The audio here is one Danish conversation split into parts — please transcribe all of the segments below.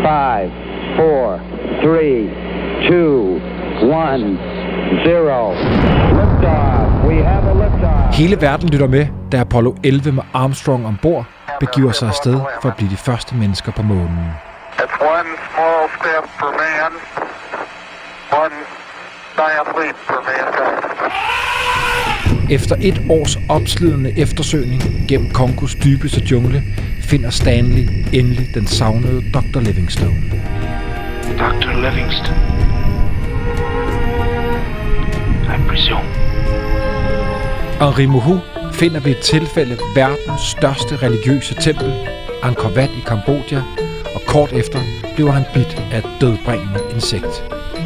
5, 4, 3, 2, 1, 0. Liftoff. We have a liftoff. Hele verden lytter med, da Apollo 11 med Armstrong ombord begiver sig afsted for at blive de første mennesker på månen. It's one small step for man, one giant leap for mankind. Efter et års opslidende eftersøgning gennem Kongos dybeste jungle, finder Stanley endelig den savnede Dr. Livingstone. Dr. Livingstone, I presume. Henri Mouhou finder ved et tilfælde verdens største religiøse tempel, Angkor Wat i Kambodja, og kort efter bliver han bidt af et dødbringende insekt.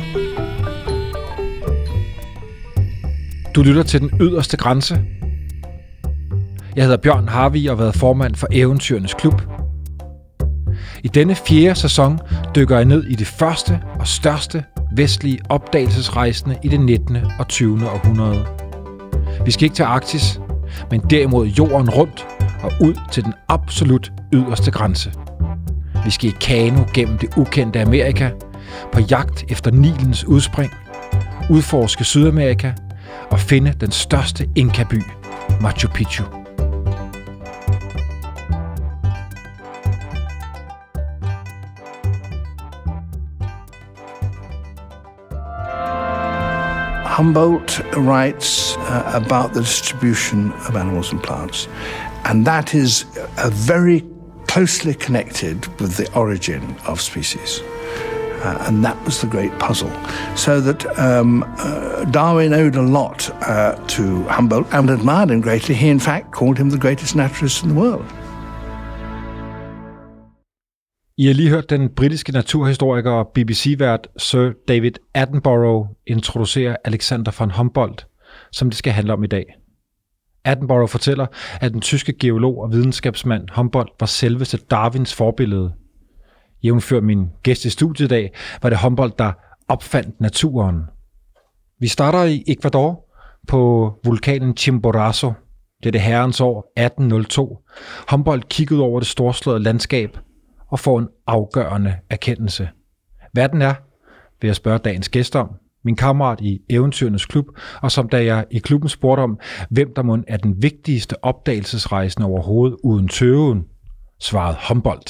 Du lytter til Den Yderste Grænse. Jeg hedder Bjørn Harvig og har været formand for Eventyrenes Klub. I denne 4. sæson dykker jeg ned i det første og største vestlige opdagelsesrejsende i det 19. og 20. århundrede. Vi skal ikke til Arktis, men derimod jorden rundt og ud til den absolut yderste grænse. Vi skal i kano gennem det ukendte Amerika, på jagt efter Nilens udspring, udforske Sydamerika og finde den største Inka-by, Machu Picchu. Humboldt writes about the distribution of animals and plants, and that is very closely connected with the origin of species. And that was the great puzzle. So that Darwin owed a lot to Humboldt and admired him greatly. He, in fact, called him the greatest naturalist in the world. I har lige hørt den britiske naturhistoriker og BBC-vært Sir David Attenborough introducere Alexander von Humboldt, som det skal handle om i dag. Attenborough fortæller, at den tyske geolog og videnskabsmand Humboldt var selveste Darwins forbillede. Jævnfør min gæst i studiet i dag, var det Humboldt, der opfandt naturen. Vi starter i Ecuador på vulkanen Chimborazo. Det er det herrens år 1802. Humboldt kiggede over det storslåede landskab og får en afgørende erkendelse. Hvad den er, vil jeg spørge dagens gæst om, min kammerat i Eventyrenes Klub, og som da jeg i klubben spurgte om, hvem der mon er den vigtigste opdagelsesrejsende overhovedet uden tøven, svarede Humboldt.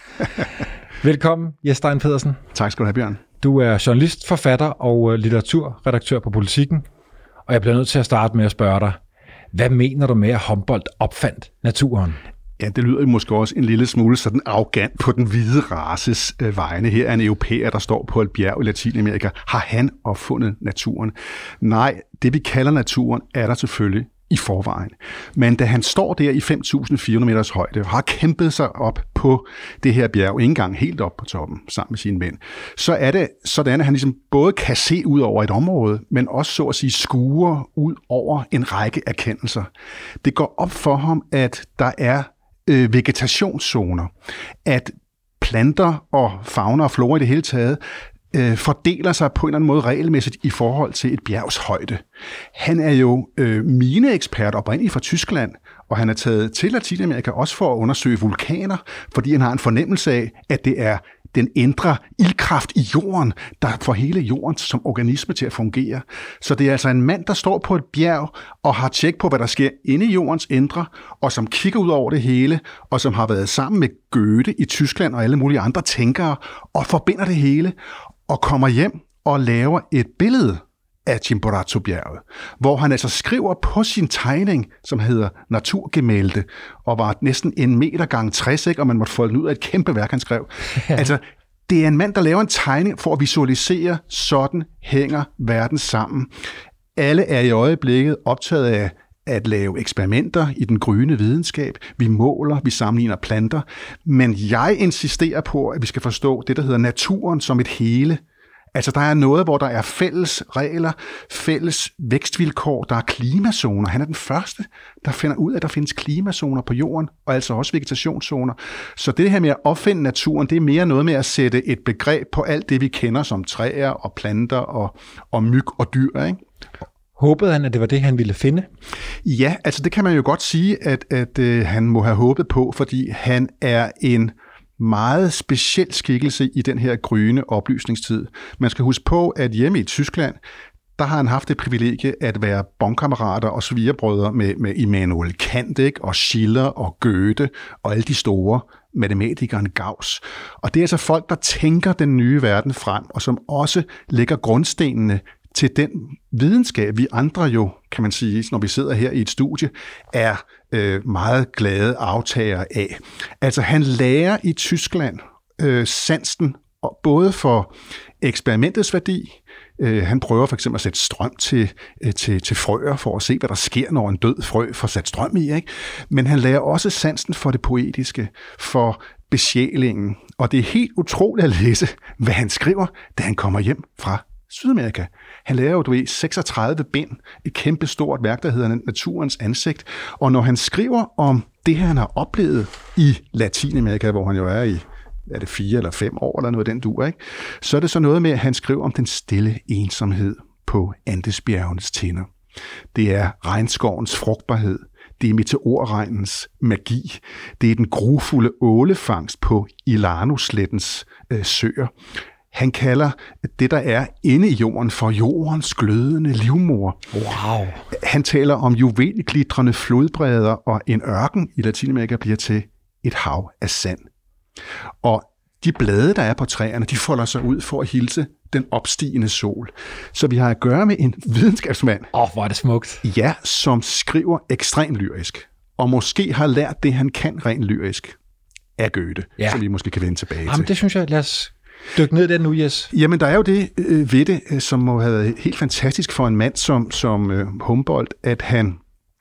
Velkommen, Jes Stein Pedersen. Tak skal du have, Bjørn. Du er journalist, forfatter og litteraturredaktør på Politiken, og jeg bliver nødt til at starte med at spørge dig, hvad mener du med, at Humboldt opfandt naturen? Ja, det lyder måske også en lille smule sådan arrogant på den hvide races vegne. Her er en europæer, der står på et bjerg i Latinamerika. Har han opfundet naturen? Nej, det vi kalder naturen, er der selvfølgelig i forvejen. Men da han står der i 5.400 meters højde og har kæmpet sig op på det her bjerg, ikke engang helt op på toppen sammen med sine mænd, så er det sådan, at han ligesom både kan se ud over et område, men også så at sige skuer ud over en række erkendelser. Det går op for ham, at der er vegetationszoner, at planter og fauna og flora i det hele taget fordeler sig på en eller anden måde regelmæssigt i forhold til et bjergs højde. Han er jo mineekspert oprindeligt fra Tyskland, og han er taget til Latinamerika også for at undersøge vulkaner, fordi han har en fornemmelse af, at det er den indre ildkraft i jorden, der får hele jorden som organisme til at fungere. Så det er altså en mand, der står på et bjerg og har tjek på, hvad der sker inde i jordens indre, og som kigger ud over det hele, og som har været sammen med Goethe i Tyskland og alle mulige andre tænkere, og forbinder det hele, og kommer hjem og laver et billede af Chimborazo-bjerget, hvor han altså skriver på sin tegning, som hedder Naturgemälde, og var næsten 1 meter gange 60, ikke? Og man måtte folde den ud af et kæmpe værk, han skrev. Altså, det er en mand, der laver en tegning for at visualisere, sådan hænger verden sammen. Alle er i øjeblikket optaget af at lave eksperimenter i den gryende videnskab. Vi måler, vi sammenligner planter, men jeg insisterer på, at vi skal forstå det, der hedder naturen som et hele. Altså, der er noget, hvor der er fælles regler, fælles vækstvilkår, der er klimazoner. Han er den første, der finder ud af, at der findes klimazoner på jorden, og altså også vegetationszoner. Så det her med at opfinde naturen, det er mere noget med at sætte et begreb på alt det, vi kender som træer og planter og myg og dyr, ikke? Håbede han, at det var det, han ville finde? Ja, altså det kan man jo godt sige, at han må have håbet på, fordi han er en meget speciel skikkelse i den her gryende oplysningstid. Man skal huske på, at hjemme i Tyskland, der har han haft det privilegie at være bonkammerater og svigerbrødre med Immanuel Kant, ikke? Og Schiller og Goethe og alle de store matematikeren Gauss. Og det er altså folk, der tænker den nye verden frem, og som også lægger grundstenene til den videnskab, vi andre jo, kan man sige, når vi sidder her i et studie, er meget glade aftagere af. Altså han lærer i Tyskland sansen både for eksperimentets værdi. Han prøver for eksempel at sætte strøm til frøer for at se, hvad der sker, når en død frø får sat strøm i. Ikke? Men han lærer også sansen for det poetiske, for besjælingen. Og det er helt utroligt at læse, hvad han skriver, da han kommer hjem fra Sydamerika. Han laver jo 36 bind, et kæmpe stort værk, der hedder Naturens ansigt. Og når han skriver om det, han har oplevet i Latinamerika, hvor han jo er i 4 eller 5 år, eller noget af den dur, ikke? Så er det så noget med, at han skriver om den stille ensomhed på Andesbjergenes tinder. Det er regnskovens frugtbarhed. Det er meteorregnens magi. Det er den grufulde ålefangst på Ilano-slettens søer. Han kalder det, der er inde i jorden, for jordens glødende livmor. Wow. Han taler om juvelglitrende flodbredder, og en ørken i Latinamerika bliver til et hav af sand. Og de blade, der er på træerne, de folder sig ud for at hilse den opstigende sol. Så vi har at gøre med en videnskabsmand. Hvor er det smukt. Ja, som skriver ekstremt lyrisk, og måske har lært det, han kan rent lyrisk af Goethe, som vi måske kan vende tilbage til. Det synes jeg, lad os dykke ned i den nu, Jes. Jamen, der er jo det ved det, som må have været helt fantastisk for en mand som Humboldt, at han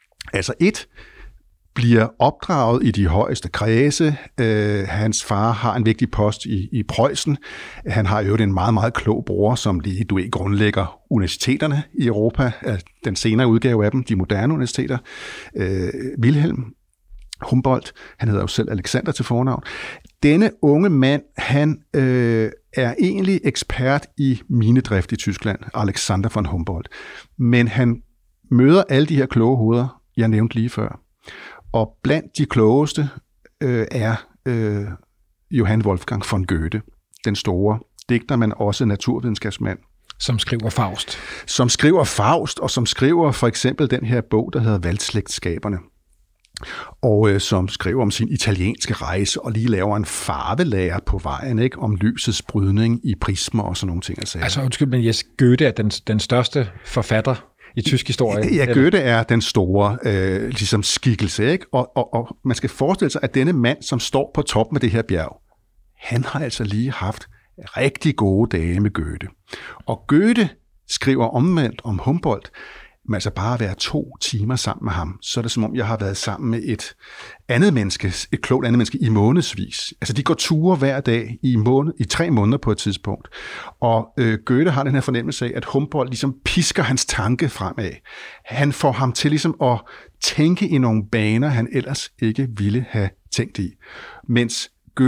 bliver opdraget i de højeste kredse. Hans far har en vigtig post i Preussen. Han har jo en meget, meget klog bror, som lige grundlægger universiteterne i Europa, den senere udgave af dem, de moderne universiteter. Wilhelm Humboldt, han hedder jo selv Alexander til fornavn. Denne unge mand, han er egentlig ekspert i minedrift i Tyskland, Alexander von Humboldt. Men han møder alle de her kloge hoveder, jeg nævnte lige før. Og blandt de klogeste er Johann Wolfgang von Goethe, den store digter, men også naturvidenskabsmand. Som skriver Faust. Som skriver Faust, og som skriver for eksempel den her bog, der hedder Valgslægtskaberne. Og som skriver om sin italienske rejse, og lige laver en farvelære på vejen, ikke? Om lysets brydning i prismer og sådan nogle ting. Altså undskyld, men Jes, Goethe er den største forfatter i tysk historie. Ja, Goethe er den store ligesom skikkelse, ikke? Og man skal forestille sig, at denne mand, som står på toppen af det her bjerg, han har altså lige haft rigtig gode dage med Goethe. Og Goethe skriver omvendt om Humboldt, men altså bare at være 2 timer sammen med ham, så er det som om, jeg har været sammen med et klogt andet menneske i månedsvis. Altså de går ture hver dag i 3 måneder på et tidspunkt. Og Goethe har den her fornemmelse af, at Humboldt ligesom pisker hans tanke fremad. Han får ham til ligesom at tænke i nogle baner, han ellers ikke ville have tænkt i. Mens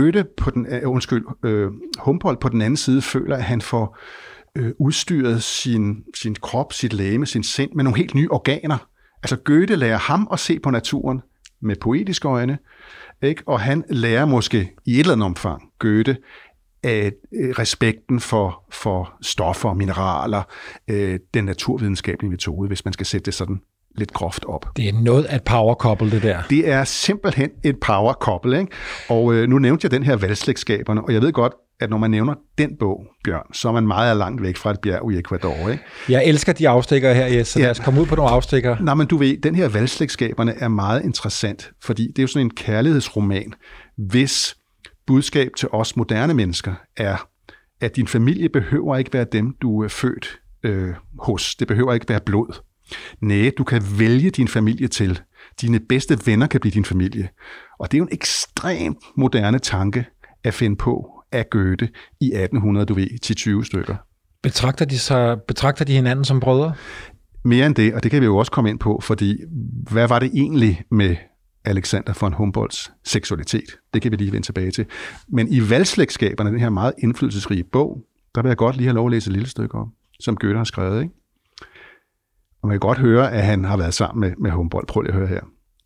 Humboldt på den anden side føler, at han får udstyret sin krop, sit legeme, sin sind med nogle helt nye organer. Altså Goethe lærer ham at se på naturen med poetiske øjne, ikke? Og han lærer måske i et eller andet omfang Goethe respekten for stoffer og mineraler, den naturvidenskabelige metode, hvis man skal sætte det sådan lidt groft op. Det er noget af et power couple, det der. Det er simpelthen et power couple, ikke? Og nu nævnte jeg den her Valgslægtskaberne, og jeg ved godt, at når man nævner den bog, Bjørn, så er man meget langt væk fra et bjerg i Ecuador, ikke? Jeg elsker de afstikker her, Jes, så lad os komme ud på nogle afstikker. Nej, men du ved, den her Valgslægtskaberne er meget interessant, fordi det er jo sådan en kærlighedsroman, hvis budskab til os moderne mennesker er, at din familie behøver ikke være dem, du er født hos. Det behøver ikke være blod. Nej, du kan vælge din familie til. Dine bedste venner kan blive din familie. Og det er jo en ekstremt moderne tanke at finde på af Goethe i 1800, til 20 stykker. Betragter de hinanden som brødre? Mere end det, og det kan vi jo også komme ind på, fordi hvad var det egentlig med Alexander von Humboldts seksualitet? Det kan vi lige vende tilbage til. Men i Valgslægtskaberne, den her meget indflydelsesrige bog, der vil jeg godt lige have lov at læse et lille stykke om, som Goethe har skrevet, ikke? Og man kan godt høre, at han har været sammen med Humboldt. Prøv lige at høre her.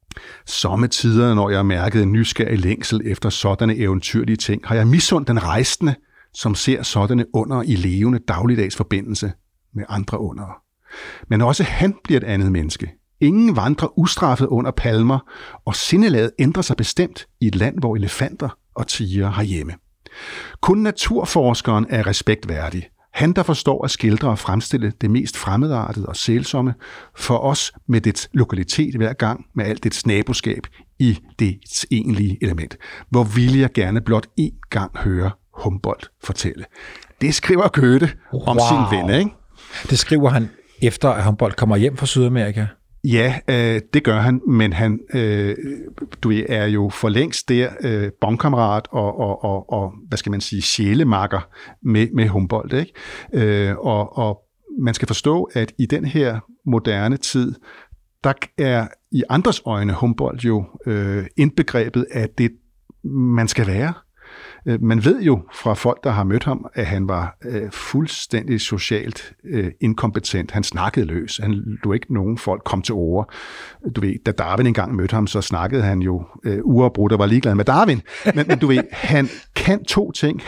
Sommetider, når jeg mærkede en nysgerrig længsel efter sådanne eventyrlige ting, har jeg misundt den rejsende, som ser sådanne under i levende dagligdags forbindelse med andre undere. Men også han bliver et andet menneske. Ingen vandrer ustraffet under palmer, og sindelaget ændrer sig bestemt i et land, hvor elefanter og tigre har hjemme. Kun naturforskeren er respektværdig. Han, der forstår at skildre og fremstille det mest fremmedartede og sælsomme for os med dets lokalitet hver gang, med alt dets naboskab i dets egentlige element. Hvor vil jeg gerne blot én gang høre Humboldt fortælle. Det skriver Goethe om sin ven, ikke? Det skriver han efter, at Humboldt kommer hjem fra Sydamerika? Ja, det gør han, men han du er jo for længst der bondkammerat og hvad skal man sige, sjælemakker med Humboldt, ikke? Og man skal forstå, at i den her moderne tid, der er i andres øjne Humboldt jo indbegrebet af det, man skal være. Man ved jo fra folk, der har mødt ham, at han var fuldstændig socialt inkompetent. Han snakkede løs. Han lod ikke nogen folk komme til ord. Du ved, da Darwin engang mødte ham, så snakkede han jo uafbrudt og var ligeglad med Darwin. Men du ved, han kan to ting.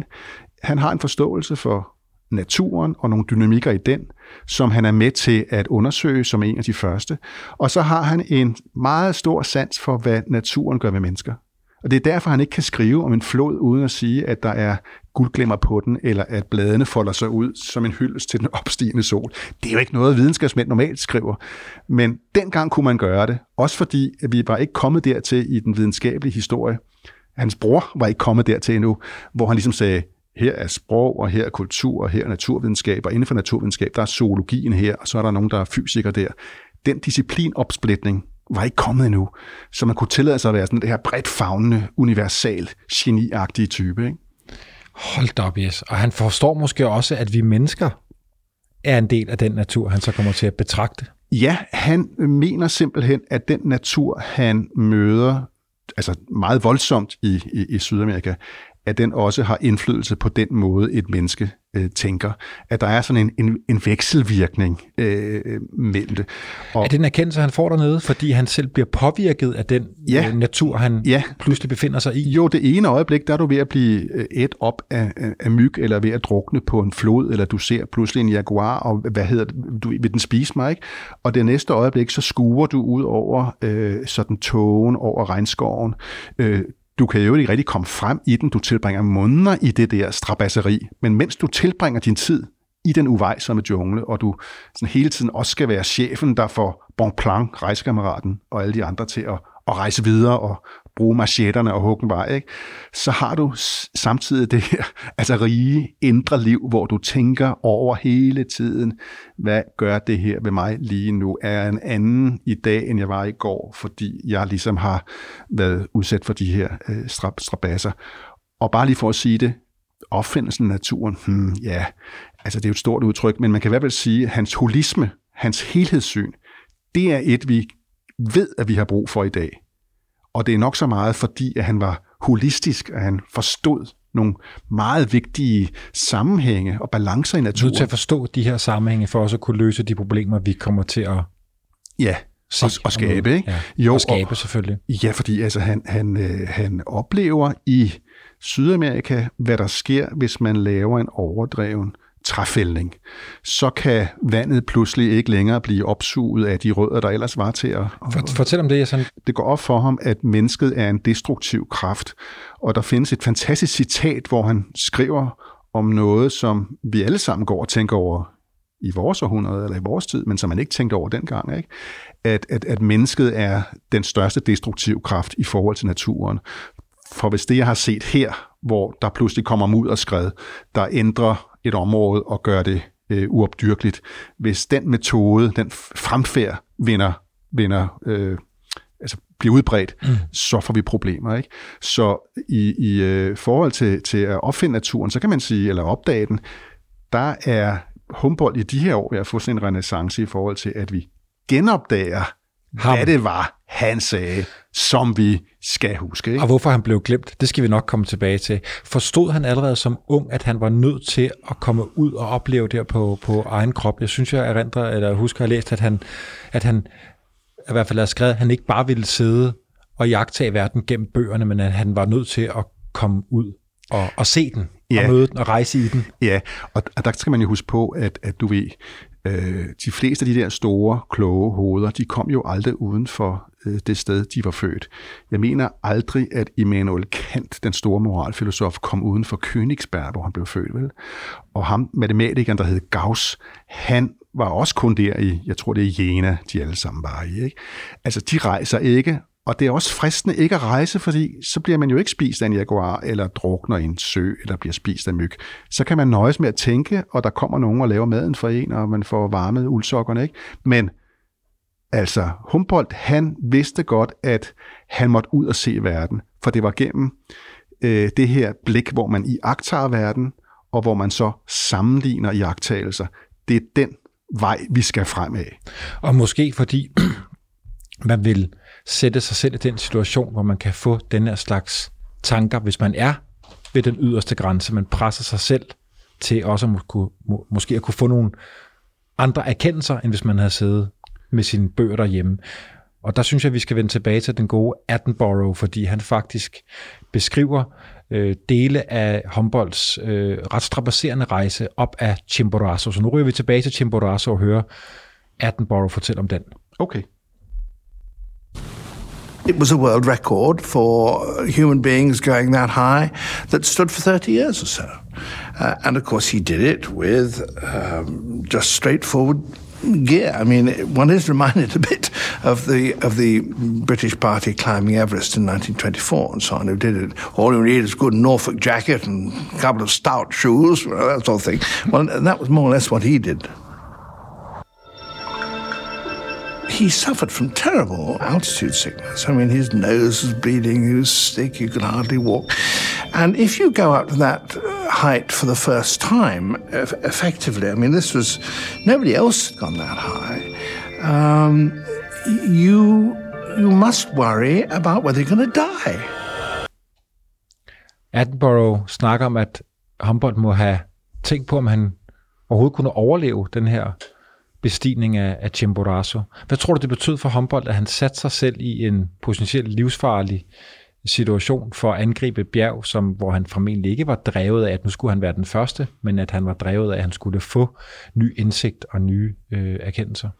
Han har en forståelse for naturen og nogle dynamikker i den, som han er med til at undersøge som en af de første. Og så har han en meget stor sans for, hvad naturen gør ved mennesker. Og det er derfor, han ikke kan skrive om en flod, uden at sige, at der er guldglimmer på den, eller at bladene folder sig ud som en hyldest til den opstigende sol. Det er jo ikke noget, videnskabsmænd normalt skriver. Men dengang kunne man gøre det, også fordi vi var ikke kommet dertil i den videnskabelige historie. Hans bror var ikke kommet dertil endnu, hvor han ligesom sagde, her er sprog, og her er kultur, og her er naturvidenskab, og inden for naturvidenskab, der er zoologien her, og så er der nogen, der er fysikere der. Den disciplinopsplitning var ikke kommet endnu, så man kunne tillade sig at være sådan det her bredt favnende, universal, geniagtige type, ikke? Hold da op, yes. Og han forstår måske også, at vi mennesker er en del af den natur, han så kommer til at betragte. Ja, han mener simpelthen, at den natur, han møder, altså meget voldsomt i Sydamerika, at den også har indflydelse på den måde, et menneske tænker. At der er sådan en vekselvirkning mellem det. Og er det en erkendelse, han får dernede, fordi han selv bliver påvirket af den natur, han pludselig befinder sig i? Jo, det ene øjeblik, der er du ved at blive ædt op af myg, eller ved at drukne på en flod, eller du ser pludselig en jaguar, og vil den spise mig, ikke? Og det næste øjeblik, så skuer du ud over sådan tågen, over regnskoven. Du kan jo ikke rigtig komme frem i den. Du tilbringer måneder i det der strabasseri. Men mens du tilbringer din tid i den uvejsomme jungle, og du sådan hele tiden også skal være chefen, der får Bonpland, rejsekammeraten, og alle de andre til at rejse videre og bruge machetterne og hugge en vej, ikke? Så har du samtidig det her altså rige indre liv, hvor du tænker over hele tiden, hvad gør det her ved mig lige nu? Er jeg en anden i dag, end jeg var i går, fordi jeg ligesom har været udsat for de her strabasser? Og bare lige for at sige det, opfindelsen af naturen, altså det er jo et stort udtryk, men man kan i hvert fald sige, at hans holisme, hans helhedssyn, det er et, vi ved, at vi har brug for i dag. Og det er nok så meget, fordi at han var holistisk, at han forstod nogle meget vigtige sammenhænge og balancer i naturen. Du er nødt til at forstå de her sammenhænge, for også at kunne løse de problemer, vi kommer til at og skabe, ikke? Ja, jo, og skabe selvfølgelig. Ja, fordi altså, han oplever i Sydamerika, hvad der sker, hvis man laver en overdreven træfældning. Så kan vandet pludselig ikke længere blive opsuget af de rødder, der ellers var til at... Fortæl om det, sådan. Det går op for ham, at mennesket er en destruktiv kraft. Og der findes et fantastisk citat, hvor han skriver om noget, som vi alle sammen går og tænker over i vores århundrede eller i vores tid, men som man ikke tænkte over dengang, ikke? At mennesket er den største destruktive kraft i forhold til naturen. For hvis det, jeg har set her, hvor der pludselig kommer mudderskred, der ændrer et område og gør det uopdyrkeligt, hvis den metode, den fremfærd bliver udbredt, så får vi problemer, ikke? Så i forhold til at opfinde naturen, så kan man sige, eller opdage den, der er Humboldt i de her år ved at få sådan en renæssance i forhold til, at vi genopdager, hvad det var, han sagde, som vi skal huske, ikke? Og hvorfor han blev glemt, det skal vi nok komme tilbage til. Forstod han allerede som ung, at han var nødt til at komme ud og opleve det på egen krop? Jeg synes, jeg erindrer, eller husker, at jeg har læst, i hvert fald er skrevet, at han ikke bare ville sidde og iagttage verden gennem bøgerne, men at han var nødt til at komme ud og se den, og møde den og rejse i den. Ja, og der skal man jo huske på, at du ved, de fleste af de der store, kloge hoveder, de kom jo aldrig uden for det sted, de var født. Jeg mener aldrig, at Immanuel Kant, den store moralfilosof, kom uden for Königsberg, hvor han blev født, vel? Og ham, matematikeren, der hed Gauss, han var også kun der i, jeg tror det er Jena, de alle sammen var i, ikke? Altså, de rejser ikke, og det er også fristende ikke at rejse, fordi så bliver man jo ikke spist af en jaguar, eller drukner i en sø, eller bliver spist af myg. Så kan man nøjes med at tænke, og der kommer nogen og laver maden for en, og man får varmet uldsokkerne, ikke? Men altså, Humboldt, han vidste godt, at han måtte ud og se verden, for det var gennem det her blik, hvor man iagttager verden, og hvor man så sammenligner iagttagelser. Det er den vej, vi skal fremad. Og måske fordi man vil sætte sig selv i den situation, hvor man kan få den her slags tanker, hvis man er ved den yderste grænse. Man presser sig selv til også måske at kunne få nogle andre erkendelser, end hvis man havde siddet med sine bøger derhjemme. Og der synes jeg, vi skal vende tilbage til den gode Attenborough, fordi han faktisk beskriver dele af Humboldts ret strabasserende rejse op af Chimborazo. Så nu ryger vi tilbage til Chimborazo og hører Attenborough fortælle om den. Okay. It was a world record for human beings going that high that stood for 30 years or so. And of course he did it with just straightforward gear. I mean, one is reminded a bit of the British party climbing Everest in 1924 and so on, who did it. All you need is a good Norfolk jacket and a couple of stout shoes, that sort of thing. Well, and that was more or less what he did. He suffered from terrible altitude sickness. I mean, his nose was bleeding, he was sick, he could hardly walk. And if you go up to that height for the first time, effectively, I mean, this was, nobody else had gone that high, you must worry about whether you're going to die. Attenborough snakker om, at Humboldt må have tænkt på, om han overhovedet kunne overleve den her bestigning af Chimborazo. Hvad tror du, det betød for Humboldt, at han satte sig selv i en potentielt livsfarlig situation for at angribe et bjerg, hvor han formentlig ikke var drevet af, at nu skulle han være den første, men at han var drevet af, at han skulle få ny indsigt og nye erkendelser?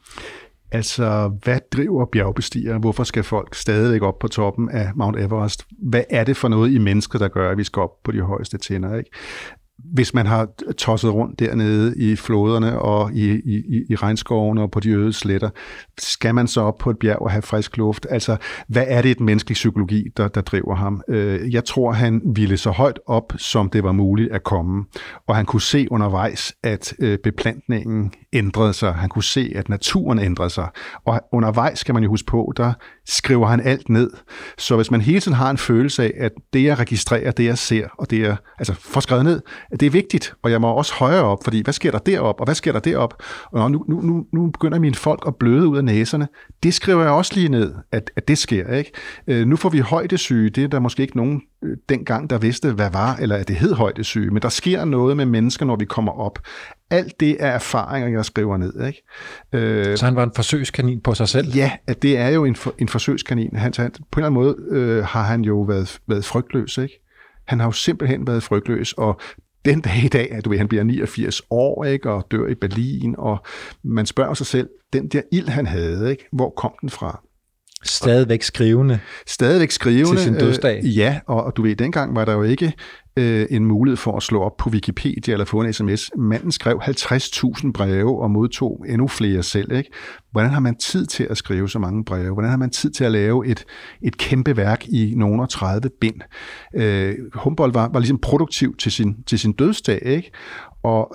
Altså, hvad driver bjergbestigere? Hvorfor skal folk stadigvæk op på toppen af Mount Everest? Hvad er det for noget i mennesket, der gør, at vi skal op på de højeste tinder, ikke? Hvis man har tosset rundt dernede i floderne og i regnskovene og på de øde sletter, skal man så op på et bjerg og have frisk luft? Altså, hvad er det et menneskelig psykologi, der driver ham? Jeg tror, han ville så højt op, som det var muligt at komme. Og han kunne se undervejs, at beplantningen ændrede sig. Han kunne se, at naturen ændrede sig. Og undervejs, skal man jo huske på, der skriver han alt ned. Så hvis man hele tiden har en følelse af, at det, jeg registrerer, det, jeg ser, og det, jeg får skrevet ned, det er vigtigt, og jeg må også højere op, fordi hvad sker der derop, og hvad sker der derop? Og nu begynder mine folk at bløde ud af næserne. Det skriver jeg også lige ned, at det sker, ikke? Nu får vi højdesyge, det er der måske ikke nogen dengang, der vidste, hvad var, eller at det hed højdesyge, men der sker noget med mennesker, når vi kommer op. Alt det er erfaringer, jeg skriver ned, ikke? Så han var en forsøgskanin på sig selv? Ja, at det er jo en forsøgskanin. På en eller anden måde har han jo været frygtløs, ikke? Han har jo simpelthen været frygtløs, og den dag i dag, at han bliver 89 år, ikke, og dør i Berlin, og man spørger sig selv, den der ild, han havde, ikke, hvor kom den fra? Stadigvæk skrivende til sin dødsdag. Ja, og du ved, dengang var der jo ikke en mulighed for at slå op på Wikipedia eller få en sms. Manden skrev 50.000 breve og modtog endnu flere selv, ikke? Hvordan har man tid til at skrive så mange breve? Hvordan har man tid til at lave et kæmpe værk i nogle 30 bind? Humboldt var ligesom produktiv til sin dødsdag, ikke? Og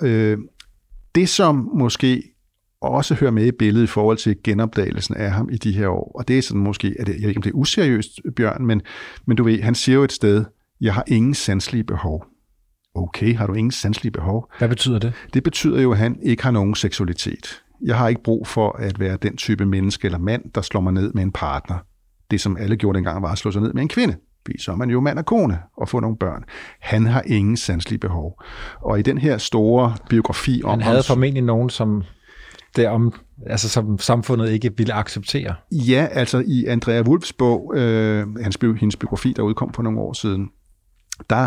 det, som måske også hører med i billedet i forhold til genopdagelsen af ham i de her år, og det er sådan måske, jeg ved ikke, om det er useriøst, Bjørn, men du ved, han siger jo et sted, jeg har ingen sanselige behov. Okay, har du ingen sanselige behov? Hvad betyder det? Det betyder jo, at han ikke har nogen seksualitet. Jeg har ikke brug for at være den type menneske eller mand, der slår mig ned med en partner. Det, som alle gjorde dengang, var at slå sig ned med en kvinde. Så er man jo mand og kone og få nogle børn. Han har ingen sanselige behov. Og i den her store biografi om han havde formentlig nogen, som som samfundet ikke ville acceptere. Ja, altså i Andrea Wulfs bog, hendes biografi, der udkom for nogle år siden, der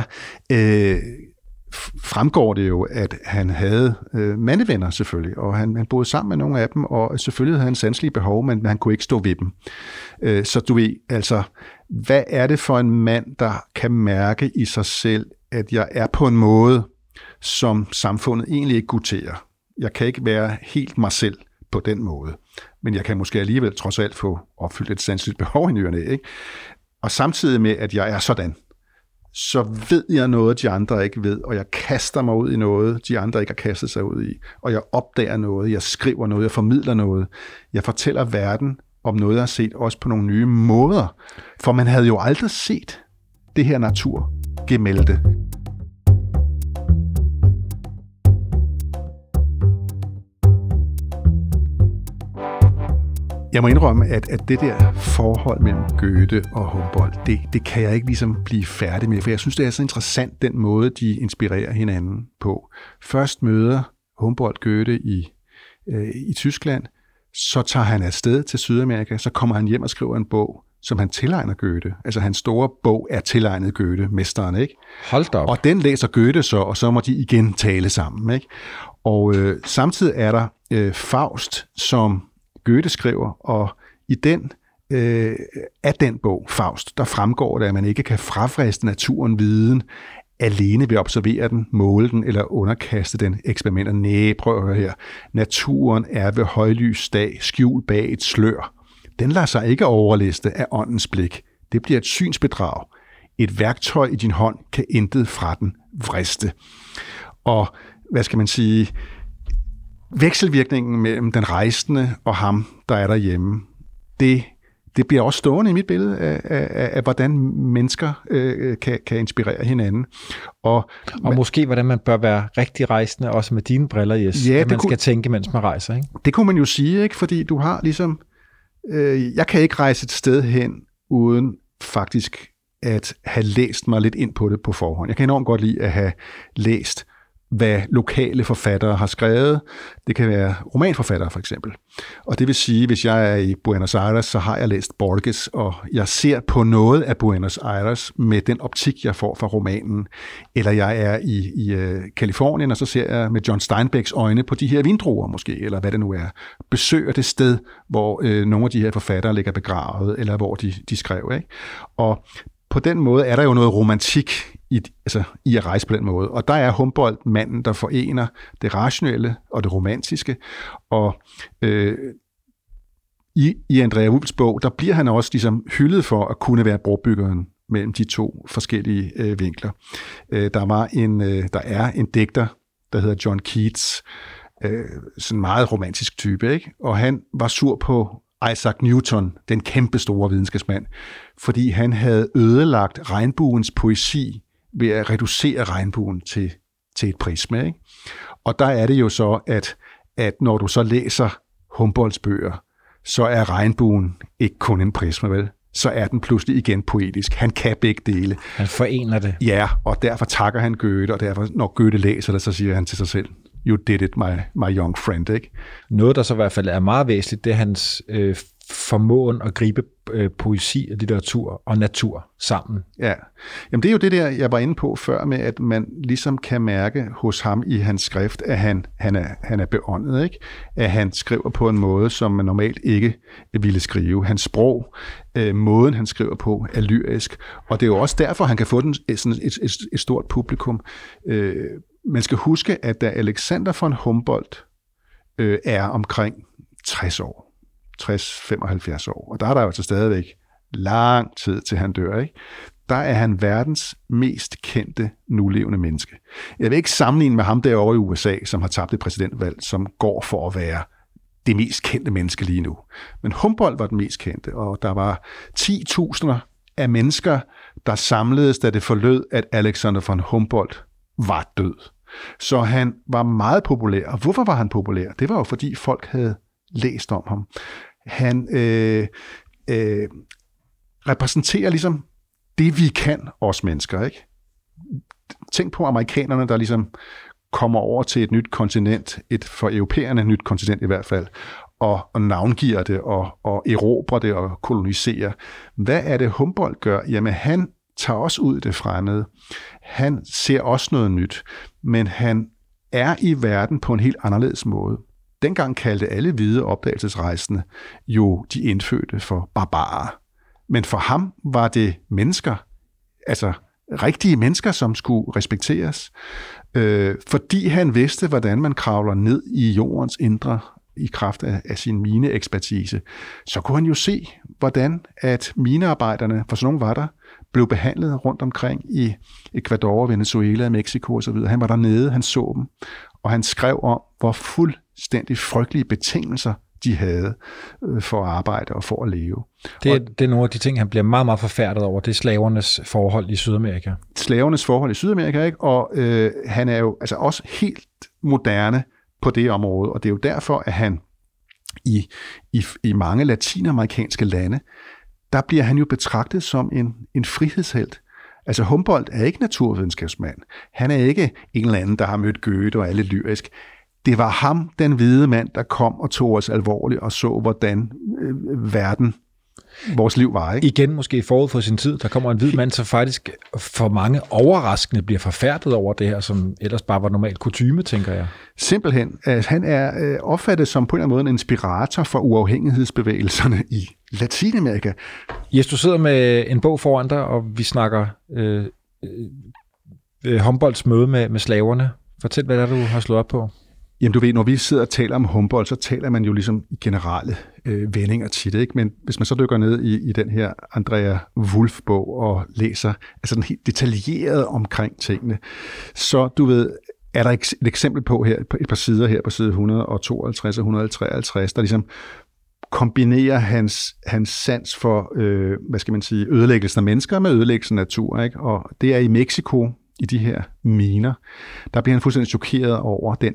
fremgår det jo, at han havde mandevenner selvfølgelig, og han boede sammen med nogle af dem, og selvfølgelig havde han sanselige behov, men han kunne ikke stå ved dem. Så du ved, altså, hvad er det for en mand, der kan mærke i sig selv, at jeg er på en måde, som samfundet egentlig ikke guterer. Jeg kan ikke være helt mig selv på den måde, men jeg kan måske alligevel trods alt få opfyldt et sanseligt behov i ny og næ, ikke? Og samtidig med, at jeg er sådan, så ved jeg noget, de andre ikke ved, og jeg kaster mig ud i noget, de andre ikke har kastet sig ud i, og jeg opdager noget, jeg skriver noget, jeg formidler noget, jeg fortæller verden om noget, jeg har set, også på nogle nye måder, for man havde jo aldrig set det her naturgemælte. Jeg må indrømme, at det der forhold mellem Goethe og Humboldt, det kan jeg ikke ligesom blive færdig med, for jeg synes, det er så interessant, den måde, de inspirerer hinanden på. Først møder Humboldt Goethe i Tyskland, så tager han afsted til Sydamerika, så kommer han hjem og skriver en bog, som han tilegner Goethe. Altså hans store bog er tilegnet Goethe, mesteren, ikke? Hold da op. Og den læser Goethe så, og så må de igen tale sammen, ikke? Og samtidig er der Faust, som Goethe skriver, og i af den bog, Faust, der fremgår det, at man ikke kan frafriste naturen viden alene ved at observere den, måle den eller underkaste den eksperimenter. Næh, prøv at høre her. Naturen er ved højlys dag skjult bag et slør. Den lader sig ikke overliste af åndens blik. Det bliver et synsbedrag. Et værktøj i din hånd kan intet fra den vriste. Og hvad skal man sige? Vekselvirkningen mellem den rejsende og ham, der er derhjemme, det bliver også stående i mit billede af hvordan mennesker kan inspirere hinanden. Og måske, hvordan man bør være rigtig rejsende, også med dine briller, Jes. Ja, man skal tænke, mens man rejser, ikke? Det kunne man jo sige, ikke? Fordi du har ligesom... jeg kan ikke rejse et sted hen, uden faktisk at have læst mig lidt ind på det på forhånd. Jeg kan enormt godt lide at have læst, hvad lokale forfattere har skrevet. Det kan være romanforfattere for eksempel. Og det vil sige, hvis jeg er i Buenos Aires, så har jeg læst Borges, og jeg ser på noget af Buenos Aires med den optik, jeg får fra romanen. Eller jeg er i Kalifornien, og så ser jeg med John Steinbecks øjne på de her vindruer måske, eller hvad det nu er. Besøger det sted, hvor nogle af de her forfattere ligger begravet, eller hvor de skrev, ikke? Og på den måde er der jo noget romantik i at rejse på den måde. Og der er Humboldt manden, der forener det rationelle og det romantiske. Og i Andrea Wulfs bog, der bliver han også ligesom hyldet for at kunne være brobyggeren mellem de to forskellige vinkler. Der er en digter, der hedder John Keats, sådan en meget romantisk type, ikke? Og han var sur på Isaac Newton, den kæmpe store videnskabsmand, fordi han havde ødelagt regnbuens poesi ved at reducere regnbuen til et prisme, ikke? Og der er det jo så, at når du så læser Humboldts bøger, så er regnbuen ikke kun en prisme, vel? Så er den pludselig igen poetisk. Han kan begge dele. Han forener det. Ja, og derfor takker han Goethe, og derfor, når Goethe læser det, så siger han til sig selv, you did it, my young friend, ikke? Noget, der så i hvert fald er meget væsentligt, det er hans formåen at gribe poesi, litteratur og natur sammen. Ja, jamen det er jo det der, jeg var inde på før med, at man ligesom kan mærke hos ham i hans skrift, at han er beåndet, ikke? At han skriver på en måde, som man normalt ikke ville skrive. Hans sprog, måden han skriver på, er lyrisk, og det er jo også derfor, han kan få et stort publikum. Man skal huske, at da Alexander von Humboldt er omkring 60 år, 60-75 år, og der er der jo altså stadigvæk lang tid til han dør, ikke? Der er han verdens mest kendte nulevende menneske. Jeg vil ikke sammenligne med ham derovre i USA, som har tabt et præsidentvalg, som går for at være det mest kendte menneske lige nu. Men Humboldt var den mest kendte, og der var 10.000 af mennesker, der samledes, da det forlød, at Alexander von Humboldt var død. Så han var meget populær. Og hvorfor var han populær? Det var jo fordi folk havde læst om ham. Han repræsenterer ligesom det, vi kan, os mennesker, ikke? Tænk på amerikanerne, der ligesom kommer over til et nyt kontinent, et for europæerne nyt kontinent i hvert fald, og navngiver det, og erobrer det og koloniserer. Hvad er det, Humboldt gør? Jamen, han tager også ud det fremmede. Han ser også noget nyt, men han er i verden på en helt anderledes måde. Dengang kaldte alle hvide opdagelsesrejsende jo de indfødte for barbarer. Men for ham var det mennesker, altså rigtige mennesker, som skulle respekteres, fordi han vidste, hvordan man kravler ned i jordens indre i kraft af sin mineekspertise, så kunne han jo se, hvordan at minearbejderne, for sådan nogle var der, blev behandlet rundt omkring i Ecuador, Venezuela, Mexico osv. Han var dernede, han så dem, og han skrev om, hvor fuldstændig frygtelige betingelser de havde for at arbejde og for at leve. Det er nogle af de ting, han bliver meget, meget forfærdet over. Det er slavernes forhold i Sydamerika. Slavernes forhold i Sydamerika, ikke? Og han er jo altså også helt moderne på det område, og det er jo derfor, at han i mange latinamerikanske lande, der bliver han jo betragtet som en frihedshelt. Altså Humboldt er ikke naturvidenskabsmand. Han er ikke en eller anden, der har mødt Goethe og alle lyrisk. Det var ham, den hvide mand, der kom og tog os alvorligt og så, hvordan vores liv var. Ikke? Igen måske forud for sin tid, der kommer en hvid mand, så faktisk for mange overraskende bliver forfærdet over det her, som ellers bare var normalt kutyme, tænker jeg. Simpelthen. Han er opfattet som på en eller anden måde en inspirator for uafhængighedsbevægelserne i Latinamerika. Jes, du sidder med en bog foran dig, og vi snakker Humboldts møde med slaverne. Fortæl, hvad det er, du har slået op på. Jamen du ved, når vi sidder og taler om Humboldt, så taler man jo ligesom i generelle vendinger tit, ikke? Men hvis man så dykker ned i den her Andrea Wulf-bog og læser altså den helt detaljeret omkring tingene, så du ved, er der et eksempel på her, på et par sider her på side 152 og 153, der ligesom kombinerer hans sans for, hvad skal man sige, ødelæggelsen af mennesker med ødelæggelsen af natur, ikke? Og det er i Mexico, i de her miner, der bliver han fuldstændig chokeret over den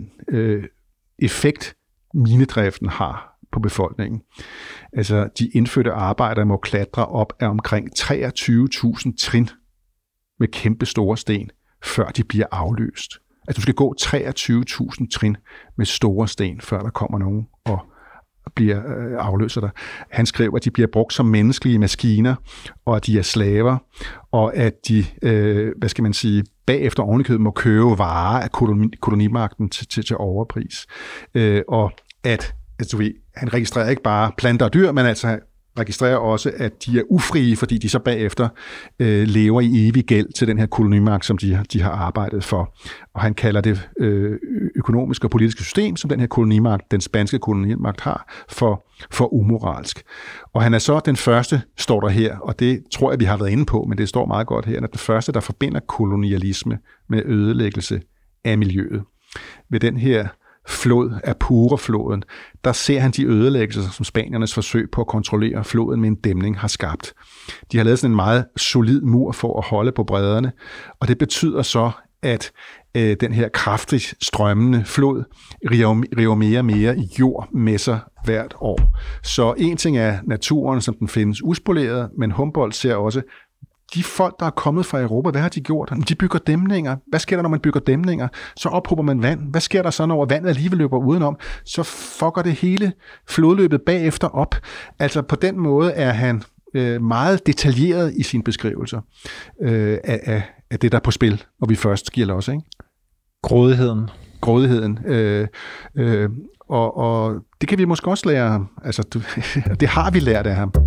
effekt, minedriften har på befolkningen. Altså, de indfødte arbejdere må klatre op af omkring 23.000 trin med kæmpe store sten, før de bliver afløst. Altså, du skal gå 23.000 trin med store sten, før der kommer nogen og bliver afløser dig. Han skrev, at de bliver brugt som menneskelige maskiner, og at de er slaver, og at de, hvad skal man sige, bagefter ovenikøbet må købe varer af kolonimagten til overpris. Og at altså, du ved, han registrerer ikke bare planter og dyr, men altså registrerer også, at de er ufrie, fordi de så bagefter lever i evig gæld til den her kolonimagt, som de har arbejdet for. Og han kalder det økonomiske og politiske system, som den her kolonimagt, den spanske kolonimagt har, for umoralsk. Og han er så den første, står der her, og det tror jeg, vi har været inde på, men det står meget godt her, han er den første, der forbinder kolonialisme med ødelæggelse af miljøet. Ved den her flod af Purefloden, der ser han de ødelæggelser, som spaniernes forsøg på at kontrollere floden med en dæmning har skabt. De har lavet sådan en meget solid mur for at holde på bredderne, og det betyder så, at den her kraftigt strømmende flod river mere og mere jord med sig hvert år. Så en ting er naturen, som den findes uspoleret, men Humboldt ser også, de folk, der er kommet fra Europa, hvad har de gjort? De bygger dæmninger. Hvad sker der, når man bygger dæmninger? Så ophober man vand. Hvad sker der så, når vandet alligevel løber udenom? Så fucker det hele flodløbet bagefter op. Altså på den måde er han meget detaljeret i sine beskrivelser af det, der er på spil, når vi først giver los, ikke? Grådigheden. Og det kan vi måske også lære ham. Altså, det har vi lært af ham.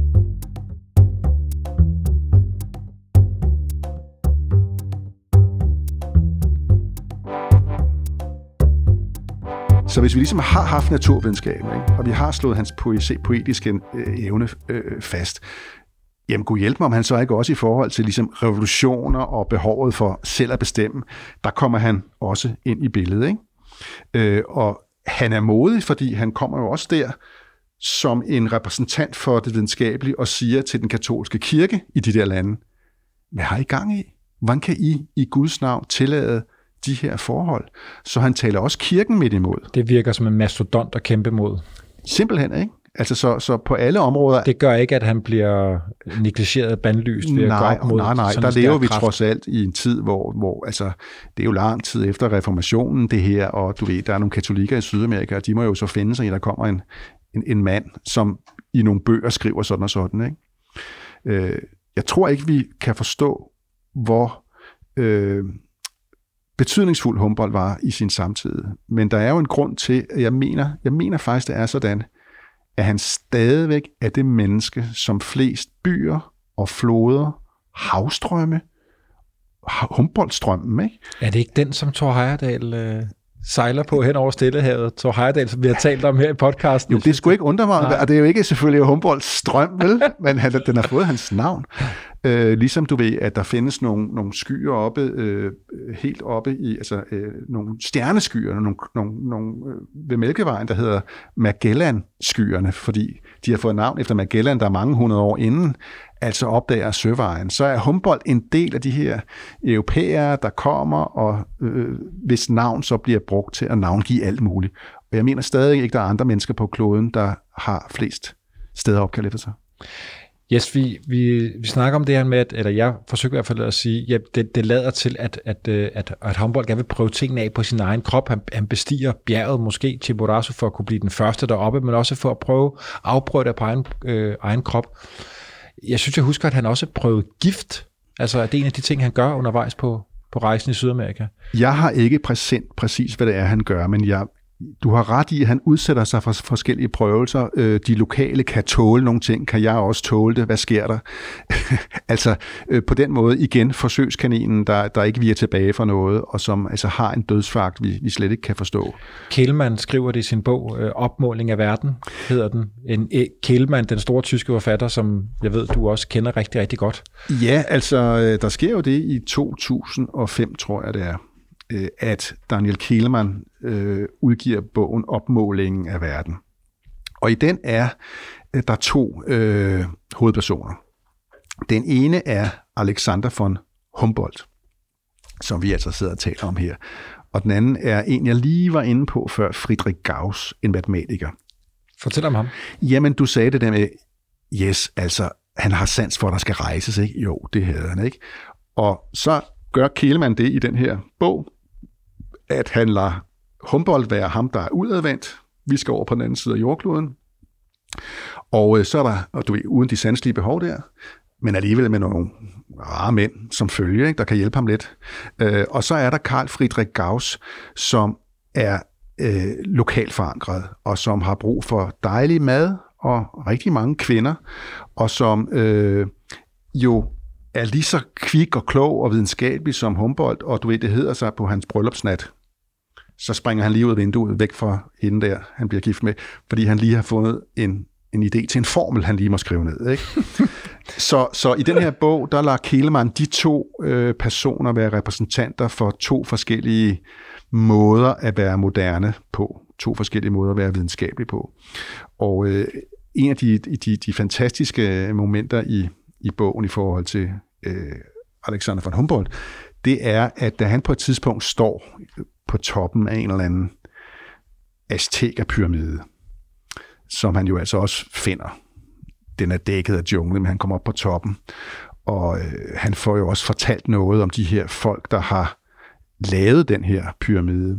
Så hvis vi ligesom har haft naturvidenskaben, ikke, og vi har slået hans poetiske evne fast, jamen kunne hjælpe mig, om han så ikke også i forhold til ligesom revolutioner og behovet for selv at bestemme, der kommer han også ind i billedet. Ikke? Og han er modig, fordi han kommer jo også der som en repræsentant for det videnskabelige og siger til den katolske kirke i de der lande, hvad har I gang i? Hvordan kan I Guds navn tillade de her forhold? Så han taler også kirken midt imod. Det virker som en mastodont at kæmpe mod. Simpelthen, ikke? Altså så på alle områder... Det gør ikke, at han bliver negligeret bandlyst ved at gå op mod... Nej, der lever vi trods alt i en tid, hvor altså, det er jo lang tid efter reformationen, det her, og du ved, der er nogle katolikker i Sydamerika, og de må jo så finde sig i, at der kommer en mand, som i nogle bøger skriver sådan og sådan, ikke? Jeg tror ikke, vi kan forstå, hvor betydningsfuld Humboldt var i sin samtid. Men der er jo en grund til, at jeg mener faktisk, det er sådan, at han stadigvæk er det menneske, som flest byer og floder, havstrømme, Humboldt-strømmen, ikke? Er det ikke den, som Thor Heyerdahl sejler på hen over Stillehavet? Thor Heyerdahl, som vi har talt om her i podcasten. Jo, det skulle ikke undre mig, og det er jo ikke selvfølgelig Humboldts strøm, vel? Men den har fået hans navn. Ligesom du ved, at der findes nogle skyer oppe, helt oppe i, altså nogle stjerneskyer, nogle ved Mælkevejen, der hedder Magellan-skyerne, fordi de har fået navn efter Magellan, der er mange hundrede år inden, altså opdager søvejen. Så er Humboldt en del af de her europæere, der kommer, og hvis navn så bliver brugt til at navngive alt muligt. Og jeg mener stadig ikke, der er andre mennesker på kloden, der har flest steder opkaldt efter sig. Yes, vi snakker om det her med, eller jeg forsøger i hvert fald at sige, ja, det lader til, at Humboldt gerne vil prøve tingene af på sin egen krop. Han bestiger bjerget, måske Chimborazo, for at kunne blive den første deroppe, men også for at afprøve det på egen krop. Jeg synes, jeg husker, at han også prøvede gift. Altså, at det er en af de ting, han gør undervejs på rejsen i Sydamerika. Jeg har ikke præcis, hvad det er, han gør, men du har ret i, at han udsætter sig for forskellige prøvelser. De lokale kan tåle nogle ting. Kan jeg også tåle det? Hvad sker der? Altså, på den måde igen, forsøgskaninen, der ikke viger tilbage for noget, og som altså har en dødsfagt, vi slet ikke kan forstå. Kehlmann skriver det i sin bog, Opmåling af verden, hedder den. Kehlmann, den store tyske forfatter, som jeg ved, du også kender rigtig, rigtig godt. Ja, altså, der sker jo det i 2005, tror jeg, det er, at Daniel Kehlmann udgiver bogen Opmålingen af verden. Og i den er der to hovedpersoner. Den ene er Alexander von Humboldt, som vi altså sidder og taler om her. Og den anden er en, jeg lige var inde på før, Friedrich Gauss, en matematiker. Fortæl om ham. Jamen, du sagde det der med, yes, altså, han har sans for, at der skal rejses, ikke? Jo, det havde han, ikke? Og så gør Kehlmann det i den her bog, at han lader Humboldt være ham, der er udadvendt. Vi skal over på den anden side af jordkloden. Og så er der, og du ved, uden de sanselige behov der, men alligevel med nogle rare mænd som følge, ikke, der kan hjælpe ham lidt. Og så er der Carl Friedrich Gauss, som er lokalt forankret, og som har brug for dejlig mad og rigtig mange kvinder, og som jo er lige så kvik og klog og videnskabelig som Humboldt, og du ved, det hedder sig på hans bryllupsnat. Så springer han lige ud af vinduet, væk fra hende der, han bliver gift med, fordi han lige har fundet en idé til en formel, han lige må skrive ned. Ikke? så i den her bog, der lader Kehlmann de to personer være repræsentanter for to forskellige måder at være moderne på. To forskellige måder at være videnskabelig på. Og en af de fantastiske momenter i bogen i forhold til Alexander von Humboldt, det er, at da han på et tidspunkt står på toppen af en eller anden aztekerpyramide, som han jo altså også finder. Den er dækket af junglen, men han kommer op på toppen. Og han får jo også fortalt noget om de her folk, der har lavet den her pyramide.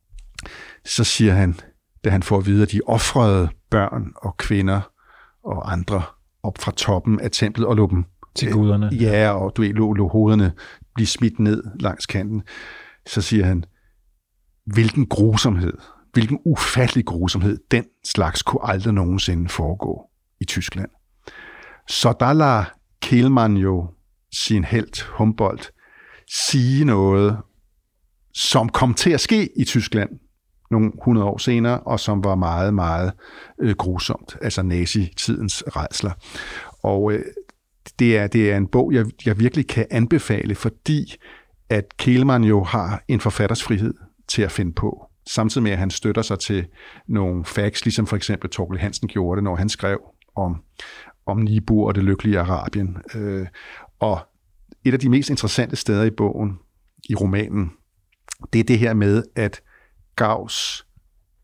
Så siger han, da han får at vide, at de ofrede børn og kvinder og andre op fra toppen af templet og lå dem til guderne. Ja, og du lå hovederne blive smidt ned langs kanten. Så siger han, hvilken grusomhed, hvilken ufattelig grusomhed, den slags kunne aldrig nogensinde foregå i Tyskland. Så der lader Kehlmann jo sin helt Humboldt sige noget, som kom til at ske i Tyskland nogle 100 år senere, og som var meget, meget grusomt, altså nazi-tidens rædsler. Og det er en bog, jeg virkelig kan anbefale, fordi at Kehlmann jo har en forfatters frihed til at finde på, samtidig med, at han støtter sig til nogle facts, ligesom for eksempel Thorkild Hansen gjorde det, når han skrev om Nibiru og det lykkelige Arabien. Og et af de mest interessante steder i bogen, i romanen, det er det her med, at Gauss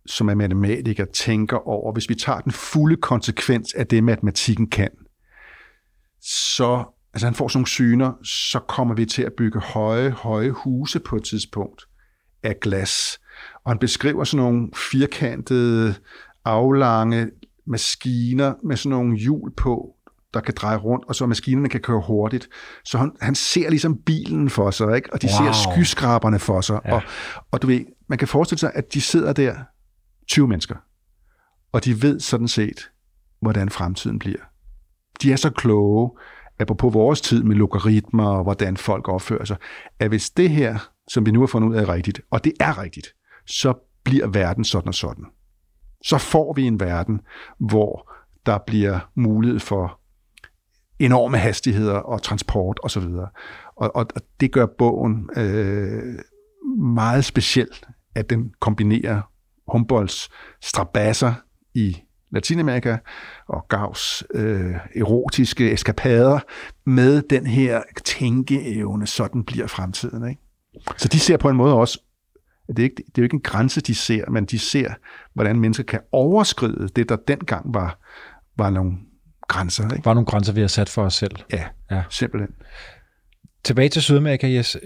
som er matematiker, tænker over, hvis vi tager den fulde konsekvens af det, matematikken kan, så, altså han får sådan nogle syner, så kommer vi til at bygge høje huse på et tidspunkt af glas. Og han beskriver sådan nogle firkantede, aflange maskiner med sådan nogle hjul på, der kan dreje rundt, og så maskinerne kan køre hurtigt. Så han ser ligesom bilen for sig, ikke? Og de ser skyskraberne for sig. Ja. Og du ved, man kan forestille sig, at de sidder der 20 mennesker, og de ved sådan set, hvordan fremtiden bliver. De er så kloge, apropos vores tid med logaritmer og hvordan folk opfører sig, at hvis det her, som vi nu har fundet ud af, er rigtigt, og det er rigtigt, så bliver verden sådan og sådan. Så får vi en verden, hvor der bliver mulighed for enorme hastigheder og transport osv. Og det gør bogen meget speciel, at den kombinerer Humboldts strabasser i Latinamerika og Gauss erotiske eskapader med den her tænkeevne, sådan bliver fremtiden. Ikke? Så de ser på en måde også, at det er jo ikke en grænse, de ser, men de ser, hvordan mennesker kan overskride det, der dengang var nogle grænser. Ikke? Var nogle grænser, vi har sat for os selv. Ja. Simpelthen. Tilbage til Sydamerika, Jes.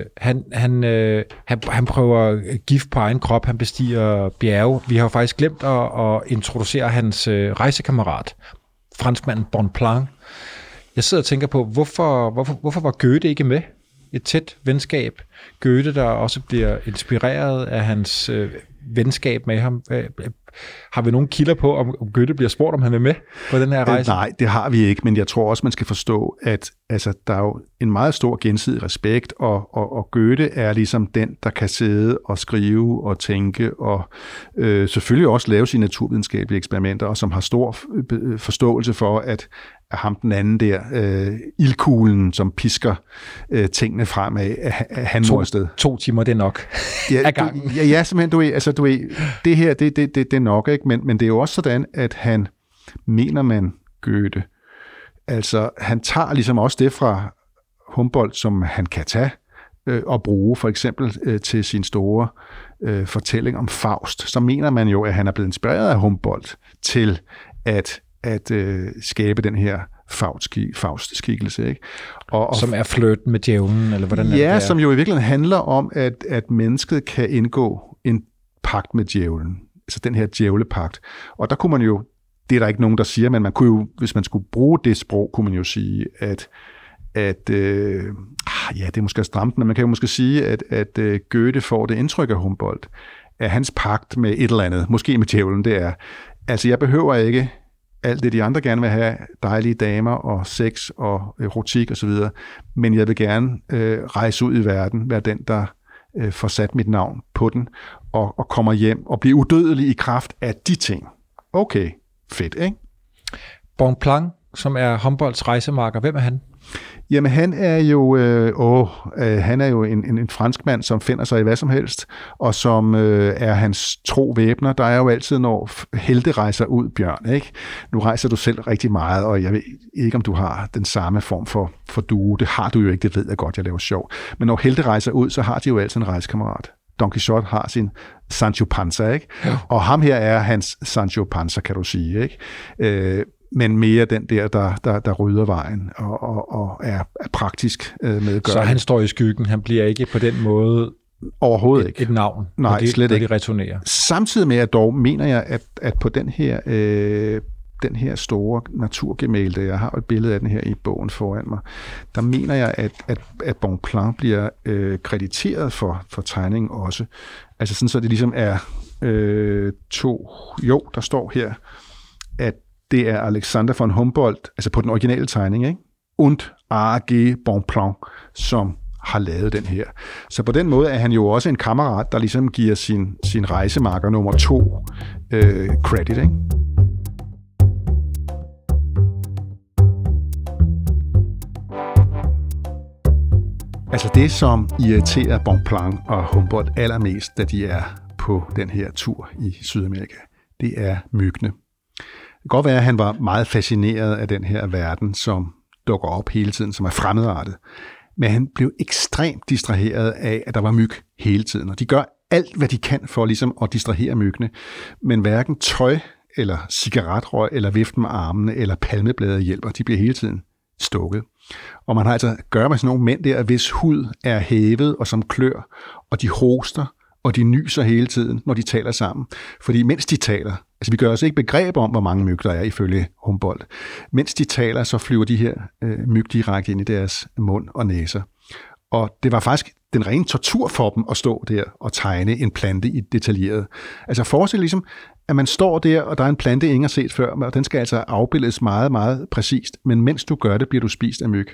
Han prøver gift på egen krop, han bestiger bjerge. Vi har jo faktisk glemt at introducere hans rejsekammerat, franskmanden Bonpland. Jeg sidder og tænker på, hvorfor var Goethe ikke med? Et tæt venskab. Goethe, der også bliver inspireret af hans venskab med ham. Har vi nogle kilder på, om Goethe bliver spurgt, om han vil med på den her rejse? Nej, det har vi ikke, men jeg tror også, man skal forstå, at altså, der er jo en meget stor gensidig respekt, og Goethe er ligesom den, der kan sidde og skrive og tænke, og selvfølgelig også lave sine naturvidenskabelige eksperimenter, og som har stor forståelse for, at ham den anden der, ildkuglen, som pisker tingene fremad, han må afsted. 2 timer, det er nok af gangen. Ja, simpelthen, du ved, det her, det er nok, ikke? Men det er jo også sådan, at han mener man Goethe. Altså, han tager ligesom også det fra Humboldt, som han kan tage og bruge, for eksempel til sin store fortælling om Faust. Så mener man jo, at han er blevet inspireret af Humboldt til at skabe den her Faust-skikkelse, ikke? Og som er flirten med djævlen, eller hvordan er det? Ja, som jo i virkeligheden handler om, at mennesket kan indgå en pagt med djævlen. Altså den her djævlepagt. Og der kunne man jo, det er der ikke nogen, der siger, men man kunne jo, hvis man skulle bruge det sprog, kunne man jo sige, at ja, det er måske stramt, men man kan jo måske sige, at Goethe får det indtryk af Humboldt, at hans pagt med et eller andet, måske med djævlen, det er, altså jeg behøver ikke alt det, de andre gerne vil have, dejlige damer og sex og erotik osv., men jeg vil gerne rejse ud i verden, være den, der får sat mit navn på den, og kommer hjem og bliver udødelig i kraft af de ting. Okay, fedt, ikke? Bonpland, som er Humboldts rejsemarker, hvem er han? Jamen, han er jo en franskmand, som finder sig i hvad som helst, og som er hans tro væbner. Der er jo altid, når helte rejser ud, Bjørn, ikke? Nu rejser du selv rigtig meget, og jeg ved ikke, om du har den samme form for duo. Det har du jo ikke, det ved jeg godt, jeg laver sjov. Men når helte rejser ud, så har de jo altid en rejsekammerat. Don Quixote har sin Sancho Panza, ikke? Ja. Og ham her er hans Sancho Panza, kan du sige, ikke? Men mere den der rydder vejen og er praktisk med at gøre. Så han står i skyggen, han bliver ikke på den måde overhovedet ikke et navn, nej, slet ikke. De returnerer. Samtidig med, at dog mener jeg, at på den her store naturgemælte, jeg har et billede af den her i bogen foran mig, der mener jeg, at Bonpland bliver krediteret for tegningen også. Altså sådan, så det ligesom er der står her, at det er Alexander von Humboldt, altså på den originale tegning, ikke? Und A.G. Bonpland, som har lavet den her. Så på den måde er han jo også en kammerat, der ligesom giver sin rejsemarker nummer 2 credit, ikke? Altså det, som irriterer Bonpland og Humboldt allermest, da de er på den her tur i Sydamerika, det er myggene. Det kan godt være, at han var meget fascineret af den her verden, som dukker op hele tiden, som er fremmedartet. Men han blev ekstremt distraheret af, at der var myg hele tiden. Og de gør alt, hvad de kan for ligesom at distrahere myggene, men hverken tøj eller cigaretrøg eller viften med armene eller palmeblade hjælper. De bliver hele tiden stukket. Og man har altså at gøre med sådan nogle mænd der, hvis hud er hævet og som klør, og de hoster, og de nyser hele tiden, når de taler sammen. Fordi mens de taler, altså vi gør os ikke begreb om, hvor mange myg der er ifølge Humboldt. Mens de taler, så flyver de her myg direkte ind i deres mund og næser. Og det var faktisk den rene tortur for dem at stå der og tegne en plante i detaljeret. Altså forestil ligesom, at man står der, og der er en plante, ingen har set før, og den skal altså afbildes meget, meget præcist. Men mens du gør det, bliver du spist af myg.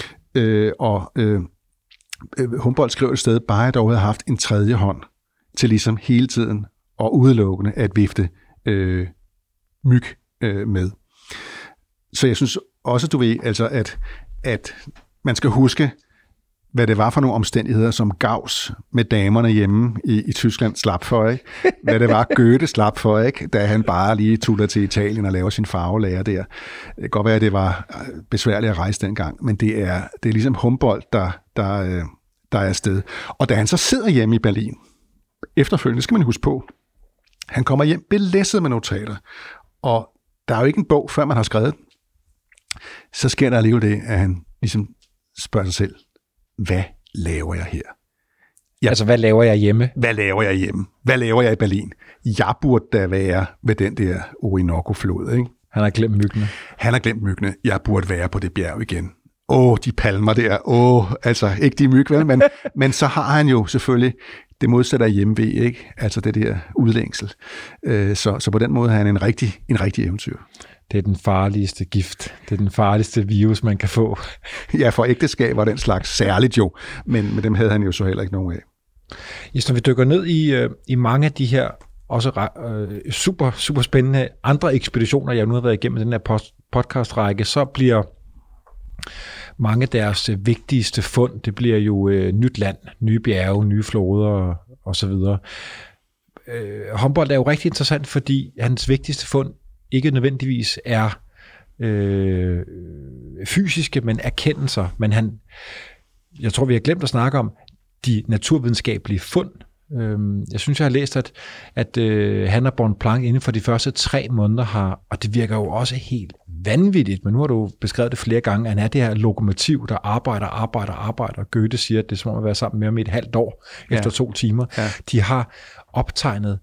Humboldt skrev et sted, bare at dog havde haft en tredje hånd til ligesom hele tiden og udelukkende at vifte myg med. Så jeg synes også, du ved, altså at man skal huske, hvad det var for nogle omstændigheder, som Gauss med damerne hjemme i Tyskland slap for, ikke? Hvad det var, Goethe slap for, ikke? Da han bare lige tuller til Italien og laver sin farvelære der. Det kan godt være, at det var besværligt at rejse dengang, men det er ligesom Humboldt, der er afsted. Og da han så sidder hjemme i Berlin, efterfølgende skal man huske på, han kommer hjem belæsset med notater, og der er jo ikke en bog, før man har skrevet. Så sker der alligevel det, at han ligesom spørger sig selv, hvad laver jeg her? Altså, hvad laver jeg hjemme? Hvad laver jeg hjemme? Hvad laver jeg i Berlin? Jeg burde da være ved den der Orinoco-flod, ikke? Han har glemt myggene. Han har glemt myggene. Jeg burde være på det bjerg igen. De palmer der. Altså, ikke de myg, vel? Men så har han jo selvfølgelig det modsatte af hjemve, ikke? Altså det der udlængsel. Så på den måde har han en rigtig eventyr. Det er den farligste gift. Det er den farligste virus, man kan få. Ja, for ægteskab var den slags særligt jo, men dem havde han jo så heller ikke nogen af. Just når vi dykker ned i mange af de her også super, super spændende andre ekspeditioner, jeg nu har været igennem den her podcastrække, så bliver mange af deres vigtigste fund, det bliver jo nyt land, nye bjerge, nye floder og så videre. Humboldt er jo rigtig interessant, fordi hans vigtigste fund ikke nødvendigvis er fysiske, men erkendelser. Men jeg tror, vi har glemt at snakke om de naturvidenskabelige fund. Jeg synes, jeg har læst, at han og Bonpland inden for de første 3 måneder har, og det virker jo også helt vanvittigt, men nu har du beskrevet det flere gange, at han er det her lokomotiv, der arbejder. Goethe siger, at det er som om at være sammen med ham i et halvt år efter 2 timer. Ja. De har optegnet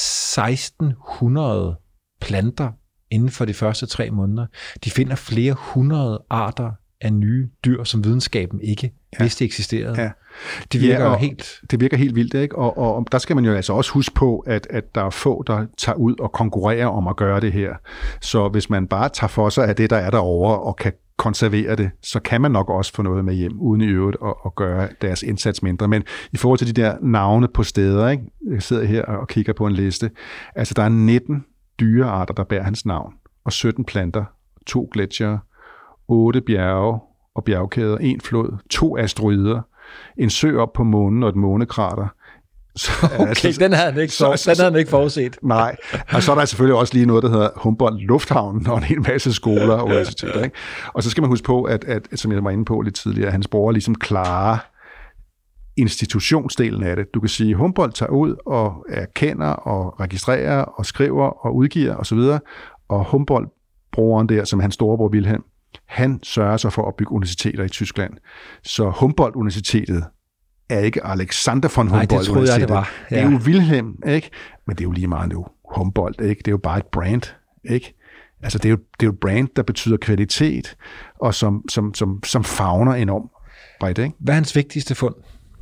1600 planter inden for de første 3 måneder. De finder flere 100 arter af nye dyr, som videnskaben ikke vidste eksisterede. Ja. Det virker helt vildt, ikke? Og der skal man jo altså også huske på, at der er få, der tager ud og konkurrerer om at gøre det her. Så hvis man bare tager for sig af det, der er derovre, og kan konservere det, så kan man nok også få noget med hjem, uden i øvrigt at gøre deres indsats mindre. Men i forhold til de der navne på steder, ikke? Jeg sidder her og kigger på en liste. Altså, der er 19 dyrearter, der bærer hans navn, og 17 planter, 2 gletsjere, 8 bjerge og bjergkæder, 1 flod, 2 asteroider, en sø op på månen og et månekrater. Okay, den havde han ikke forudset. Nej, og så er der selvfølgelig også lige noget, der hedder Humboldt Lufthavn og en hel masse skoler og universiteter. Ikke? Og så skal man huske på, at som jeg var inde på lidt tidligere, at hans bror ligesom klarer institutionsdelen af det. Du kan sige, at Humboldt tager ud og erkender og registrerer og skriver og udgiver osv., og Humboldt-broren der, som hans storebror Wilhelm, han sørger sig for at bygge universiteter i Tyskland. Så Humboldt-universitetet er ikke Alexander von Humboldt-universitetet. Det var. Ja. Det er jo Wilhelm, ikke? Men det er jo lige meget nu. Humboldt, ikke? Det er jo bare et brand, ikke? Altså, det er jo et brand, der betyder kvalitet, og som favner enormt bredt, ikke? Hvad er hans vigtigste fund?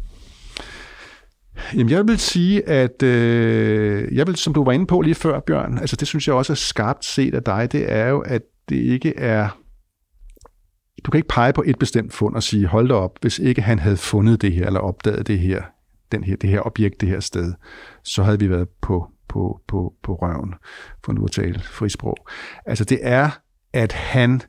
Jamen, jeg vil sige, at som du var inde på lige før, Bjørn, altså det synes jeg også er skarpt set af dig, det er jo, at det ikke er... Du kan ikke pege på et bestemt fund og sige, hold da op, hvis ikke han havde fundet det her, eller opdaget det her objekt, det her sted, så havde vi været på røven, for nu at tale frisprog. Altså det er, at han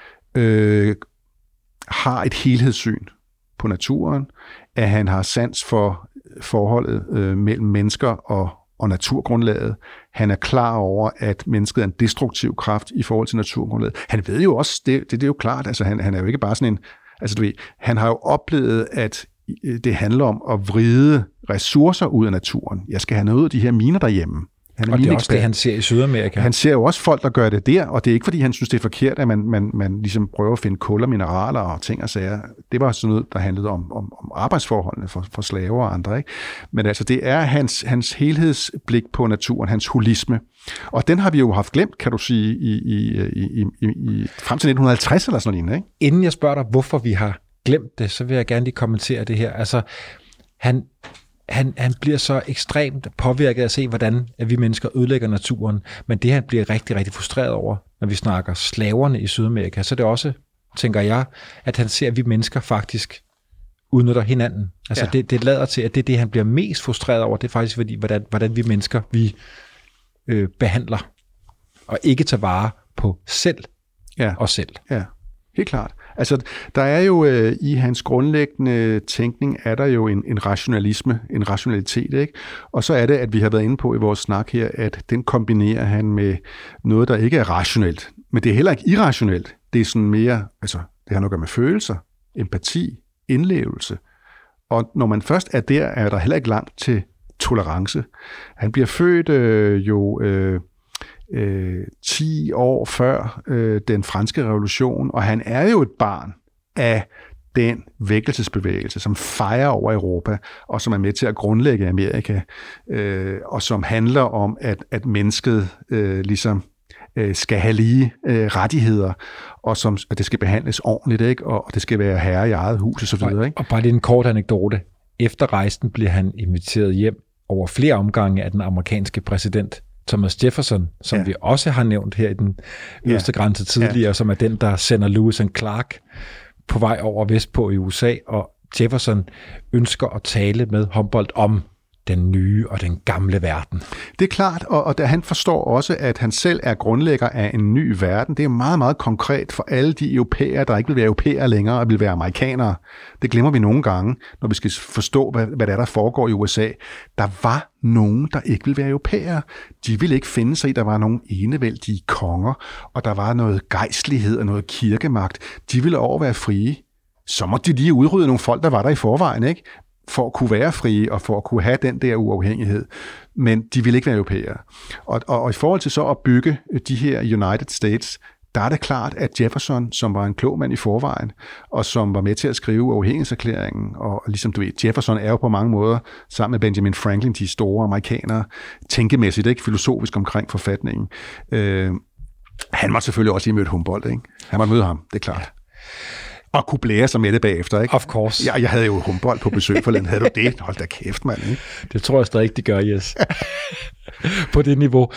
har et helhedssyn på naturen, at han har sans for forholdet mellem mennesker og naturgrundlaget. Han er klar over, at mennesket er en destruktiv kraft i forhold til naturgrundlaget. Han ved jo også, det er jo klart, altså han er jo ikke bare sådan en, altså du ved, han har jo oplevet, at det handler om at vride ressourcer ud af naturen. Jeg skal have noget ud af de her miner derhjemme. Og det er også det, han ser i Sydamerika. Han ser jo også folk, der gør det der, og det er ikke, fordi han synes, det er forkert, at man ligesom prøver at finde kul og mineraler og ting og sager. Det var sådan noget, der handlede om arbejdsforholdene for slaver og andre. Ikke? Men altså, det er hans helhedsblik på naturen, hans holisme. Og den har vi jo haft glemt, kan du sige, frem til 1950 eller sådan noget. Ikke? Inden jeg spørger dig, hvorfor vi har glemt det, så vil jeg gerne lige kommentere det her. Altså, han bliver så ekstremt påvirket af at se, hvordan at vi mennesker ødelægger naturen, men det han bliver rigtig, rigtig frustreret over, når vi snakker slaverne i Sydamerika, så er det også, tænker jeg, at han ser, at vi mennesker faktisk udnytter hinanden. Altså det lader til, at det er det, han bliver mest frustreret over, det er faktisk fordi, hvordan vi mennesker, vi behandler og ikke tager vare på os selv. Ja, helt klart. Altså, der er jo i hans grundlæggende tænkning, er der jo en rationalisme, en rationalitet, ikke? Og så er det, at vi har været inde på i vores snak her, at den kombinerer han med noget, der ikke er rationelt. Men det er heller ikke irrationelt. Det er sådan mere, altså, det har noget at gøre med følelser, empati, indlevelse. Og når man først er der, er der heller ikke langt til tolerance. Han bliver født 10 år før den franske revolution, og han er jo et barn af den vækkelsesbevægelse, som fejrer over Europa, og som er med til at grundlægge Amerika, og som handler om, at mennesket ligesom skal have lige rettigheder, og at det skal behandles ordentligt, ikke? Og det skal være herre i eget hus og så videre. Ikke? Og bare lige en kort anekdote. Efter rejsen bliver han inviteret hjem over flere omgange af den amerikanske præsident Thomas Jefferson, som vi også har nævnt her i den øverste grænse tidligere, som er den, der sender Lewis and Clark på vej over vestpå i USA, og Jefferson ønsker at tale med Humboldt om den nye og den gamle verden. Det er klart, og han forstår også, at han selv er grundlægger af en ny verden. Det er meget, meget konkret for alle de europæere, der ikke vil være europæere længere og vil være amerikanere. Det glemmer vi nogle gange, når vi skal forstå, hvad der foregår i USA. Der var nogen, der ikke ville være europæere. De ville ikke finde sig i, der var nogle enevældige konger, og der var noget gejstlighed og noget kirkemagt. De ville over være frie. Så måtte de lige udrydde nogle folk, der var der i forvejen, ikke? For at kunne være frie og for at kunne have den der uafhængighed. Men de ville ikke være europæere. Og i forhold til så at bygge de her United States, der er det klart, at Jefferson, som var en klog mand i forvejen, og som var med til at skrive uafhængighedserklæringen, og ligesom du ved, Jefferson er jo på mange måder, sammen med Benjamin Franklin, de store amerikanere, tænkemæssigt, ikke filosofisk omkring forfatningen. Han måtte selvfølgelig også lige møde Humboldt, ikke? Han måtte møde ham, det er klart. Og kunne blære sig med det bagefter, ikke? Of course. Jeg havde jo Humboldt på besøg forleden. Havde du det? Hold da kæft, mand. Ikke? Det tror jeg stadig ikke, de gør, yes. På det niveau.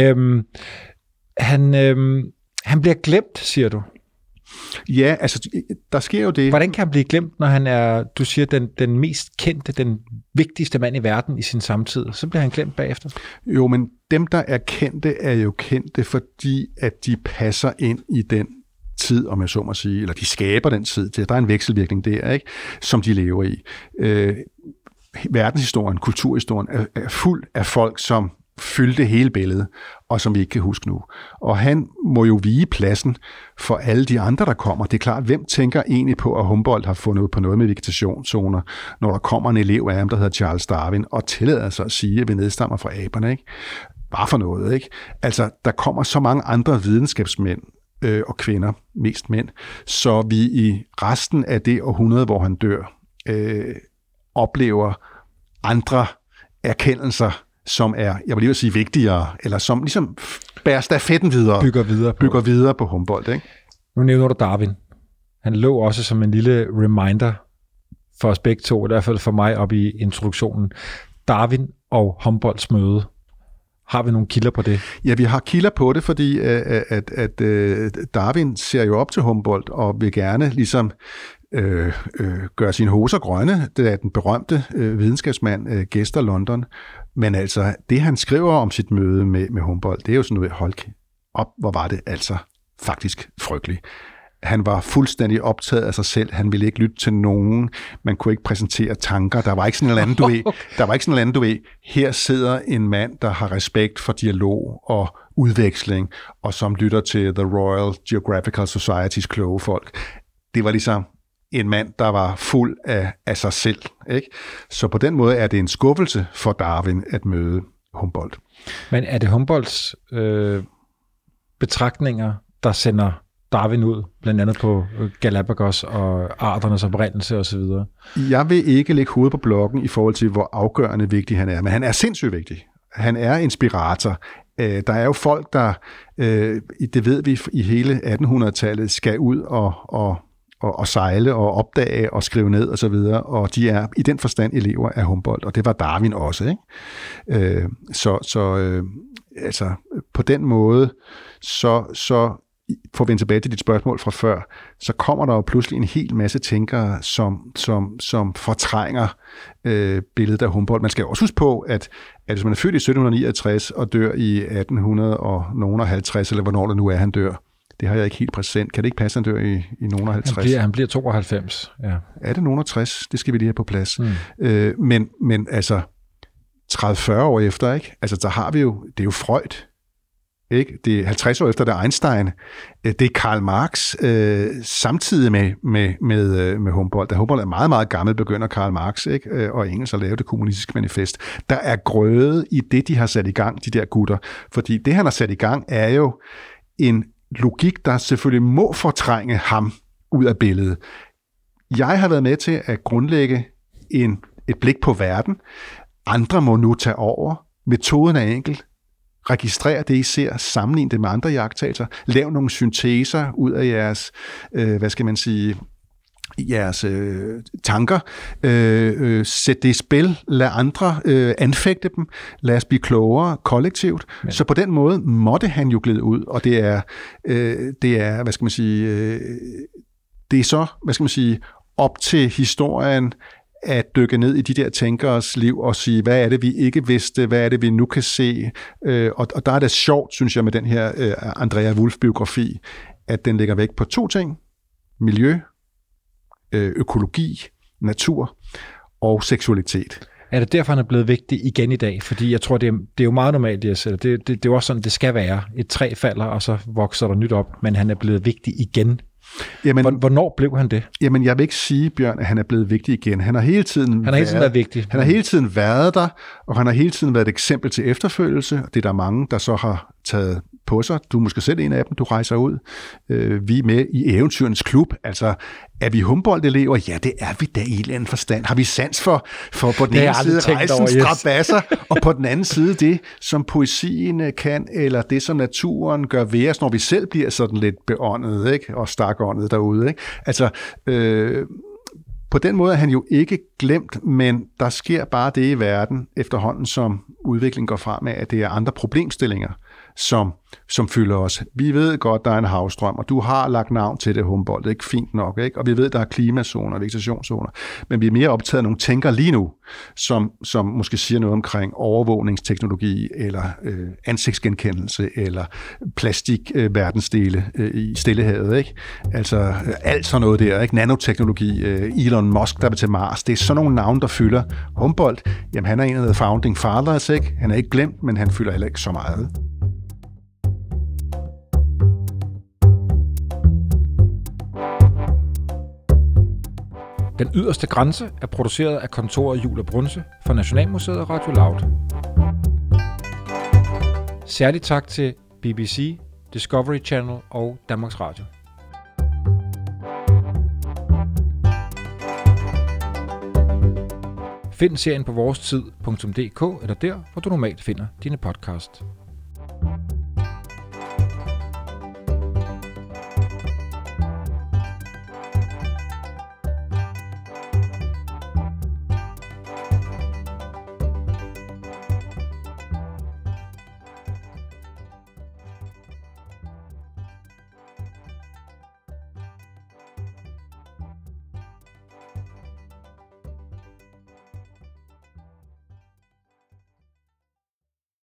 Han bliver glemt, siger du? Ja, altså, der sker jo det. Hvordan kan han blive glemt, når han er, du siger, den mest kendte, den vigtigste mand i verden i sin samtid? Så bliver han glemt bagefter. Jo, men dem, der er kendte, er jo kendte, fordi at de passer ind i den tid, om jeg så må sige, eller de skaber den tid til. Der er en vekselvirkning der, ikke, som de lever i. Verdenshistorien, kulturhistorien er fuld af folk, som fyldte hele billedet, og som vi ikke kan huske nu. Og han må jo vige pladsen for alle de andre, der kommer. Det er klart, hvem tænker egentlig på, at Humboldt har fundet på noget med vegetationszoner, når der kommer en elev af ham, der hedder Charles Darwin, og tillader sig at sige, at vi nedstammer fra aberne, ikke? Bare for noget, ikke? Altså, der kommer så mange andre videnskabsmænd, og kvinder, mest mænd, så vi i resten af det århundrede, hvor han dør, oplever andre erkendelser, som er, jeg vil lige sige, vigtigere, eller som ligesom bærer stafetten videre. Bygger videre på Humboldt, ikke? Nu nævner du Darwin. Han lå også som en lille reminder for os begge to, i hvert fald for mig op i introduktionen. Darwin og Humboldts møde. Har vi nogle kilder på det? Ja, vi har kilder på det, fordi at Darwin ser jo op til Humboldt og vil gerne ligesom gøre sine hoser grønne. Det er den berømte videnskabsmand gæster London. Men altså, det han skriver om sit møde med Humboldt, det er jo sådan noget, hold op, hvor var det altså faktisk frygteligt. Han var fuldstændig optaget af sig selv. Han ville ikke lytte til nogen. Man kunne ikke præsentere tanker. Der var ikke sådan en anden, du ved. Her sidder en mand, der har respekt for dialog og udveksling, og som lytter til The Royal Geographical Societys kloge folk. Det var ligesom en mand, der var fuld af sig selv. Ikke? Så på den måde er det en skuffelse for Darwin at møde Humboldt. Men er det Humboldts betragtninger, der sender Darwin ud, blandt andet på Galapagos og arternes oprindelse osv.? Jeg vil ikke lægge hovedet på blokken i forhold til, hvor afgørende vigtig han er, men han er sindssygt vigtig. Han er inspirator. Der er jo folk, der, det ved vi i hele 1800-tallet, skal ud og sejle og opdage og skrive ned og så videre, og de er i den forstand elever af Humboldt, og det var Darwin også. Ikke? Altså på den måde, så for at vende tilbage til dit spørgsmål fra før, så kommer der jo pludselig en hel masse tænkere, som fortrænger billedet af Humboldt. Man skal også huske på, at hvis man er født i 1769 og dør i 1850, eller hvornår det nu er, han dør, det har jeg ikke helt præsent. Kan det ikke passe, han dør i nogen af 50? Han bliver 92, ja. Er det nogen af 60? Det skal vi lige have på plads. Men altså, 30-40 år efter, ikke? Altså, der har vi jo, det er jo Freud, ikke? Det er 50 år efter, det er Einstein. Det er Karl Marx, samtidig med Humboldt. Da Humboldt er meget, meget gammel, begynder Karl Marx, ikke? Og Engels at lave det kommunistiske manifest. Der er grøde i det, de har sat i gang, de der gutter. Fordi det, han har sat i gang, er jo en logik, der selvfølgelig må fortrænge ham ud af billedet. Jeg har været med til at grundlægge et blik på verden. Andre må nu tage over. Metoden er enkel. Registrer det, I ser, sammenlign det med andre iagttagelser, lav nogle synteser ud af jeres, jeres tanker, sæt det i spil, lad andre anfægte dem, lad os blive klogere kollektivt. Men. Så på den måde måtte han jo glide ud, og det er så, op til historien at dykke ned i de der tænkeres liv og sige, hvad er det, vi ikke vidste, hvad er det, vi nu kan se. Og der er det sjovt, synes jeg, med den her Andrea Wulf-biografi, at den lægger vægt på 2 ting. Miljø, økologi, natur og seksualitet. Er det derfor, han er blevet vigtig igen i dag? Fordi jeg tror, det er jo meget normalt, det er jo også sådan, det skal være. Et træ falder, og så vokser der nyt op, men han er blevet vigtig igen. Jamen, hvornår blev han det? Jamen, jeg vil ikke sige, Bjørn, at han er blevet vigtig igen. Han har hele tiden været vigtig. Han har hele tiden været der, og han har hele tiden været et eksempel til efterfølgelse. Det er der mange, der så har taget på sig. Du er måske selv en af dem, du rejser ud. Vi er med i Eventyrens Klub. Altså, er vi Humboldt-elever? Ja, det er vi da i en eller anden forstand. Har vi sans for på den ene side rejsens strabasser, og på den anden side det, som poesien kan, eller det, som naturen gør ved os, når vi selv bliver sådan lidt beåndet, ikke? Og stakåndet derude. Ikke? Altså, på den måde er han jo ikke glemt, men der sker bare det i verden efterhånden, som udviklingen går fremad, at det er andre problemstillinger, som fylder os. Vi ved godt, der er en havstrøm, og du har lagt navn til det, Humboldt. Det er ikke fint nok, ikke? Og vi ved, der er klimazoner og vegetationszoner. Men vi er mere optaget af nogle tænker lige nu, som måske siger noget omkring overvågningsteknologi, eller ansigtsgenkendelse, eller plastikverdensdele i Stillehavet, ikke? Altså alt sådan noget der, ikke? Nanoteknologi, Elon Musk, der vil til Mars. Det er sådan nogle navne, der fylder. Humboldt, jamen han er en af de founding fathers, ikke? Han er ikke glemt, men han fylder heller ikke så meget. Den yderste grænse er produceret af kontoret Jul og Brunse for Nationalmuseet og Radio Loud. Særligt tak til BBC, Discovery Channel og Danmarks Radio. Find serien på vorestid.dk eller der, hvor du normalt finder dine podcast.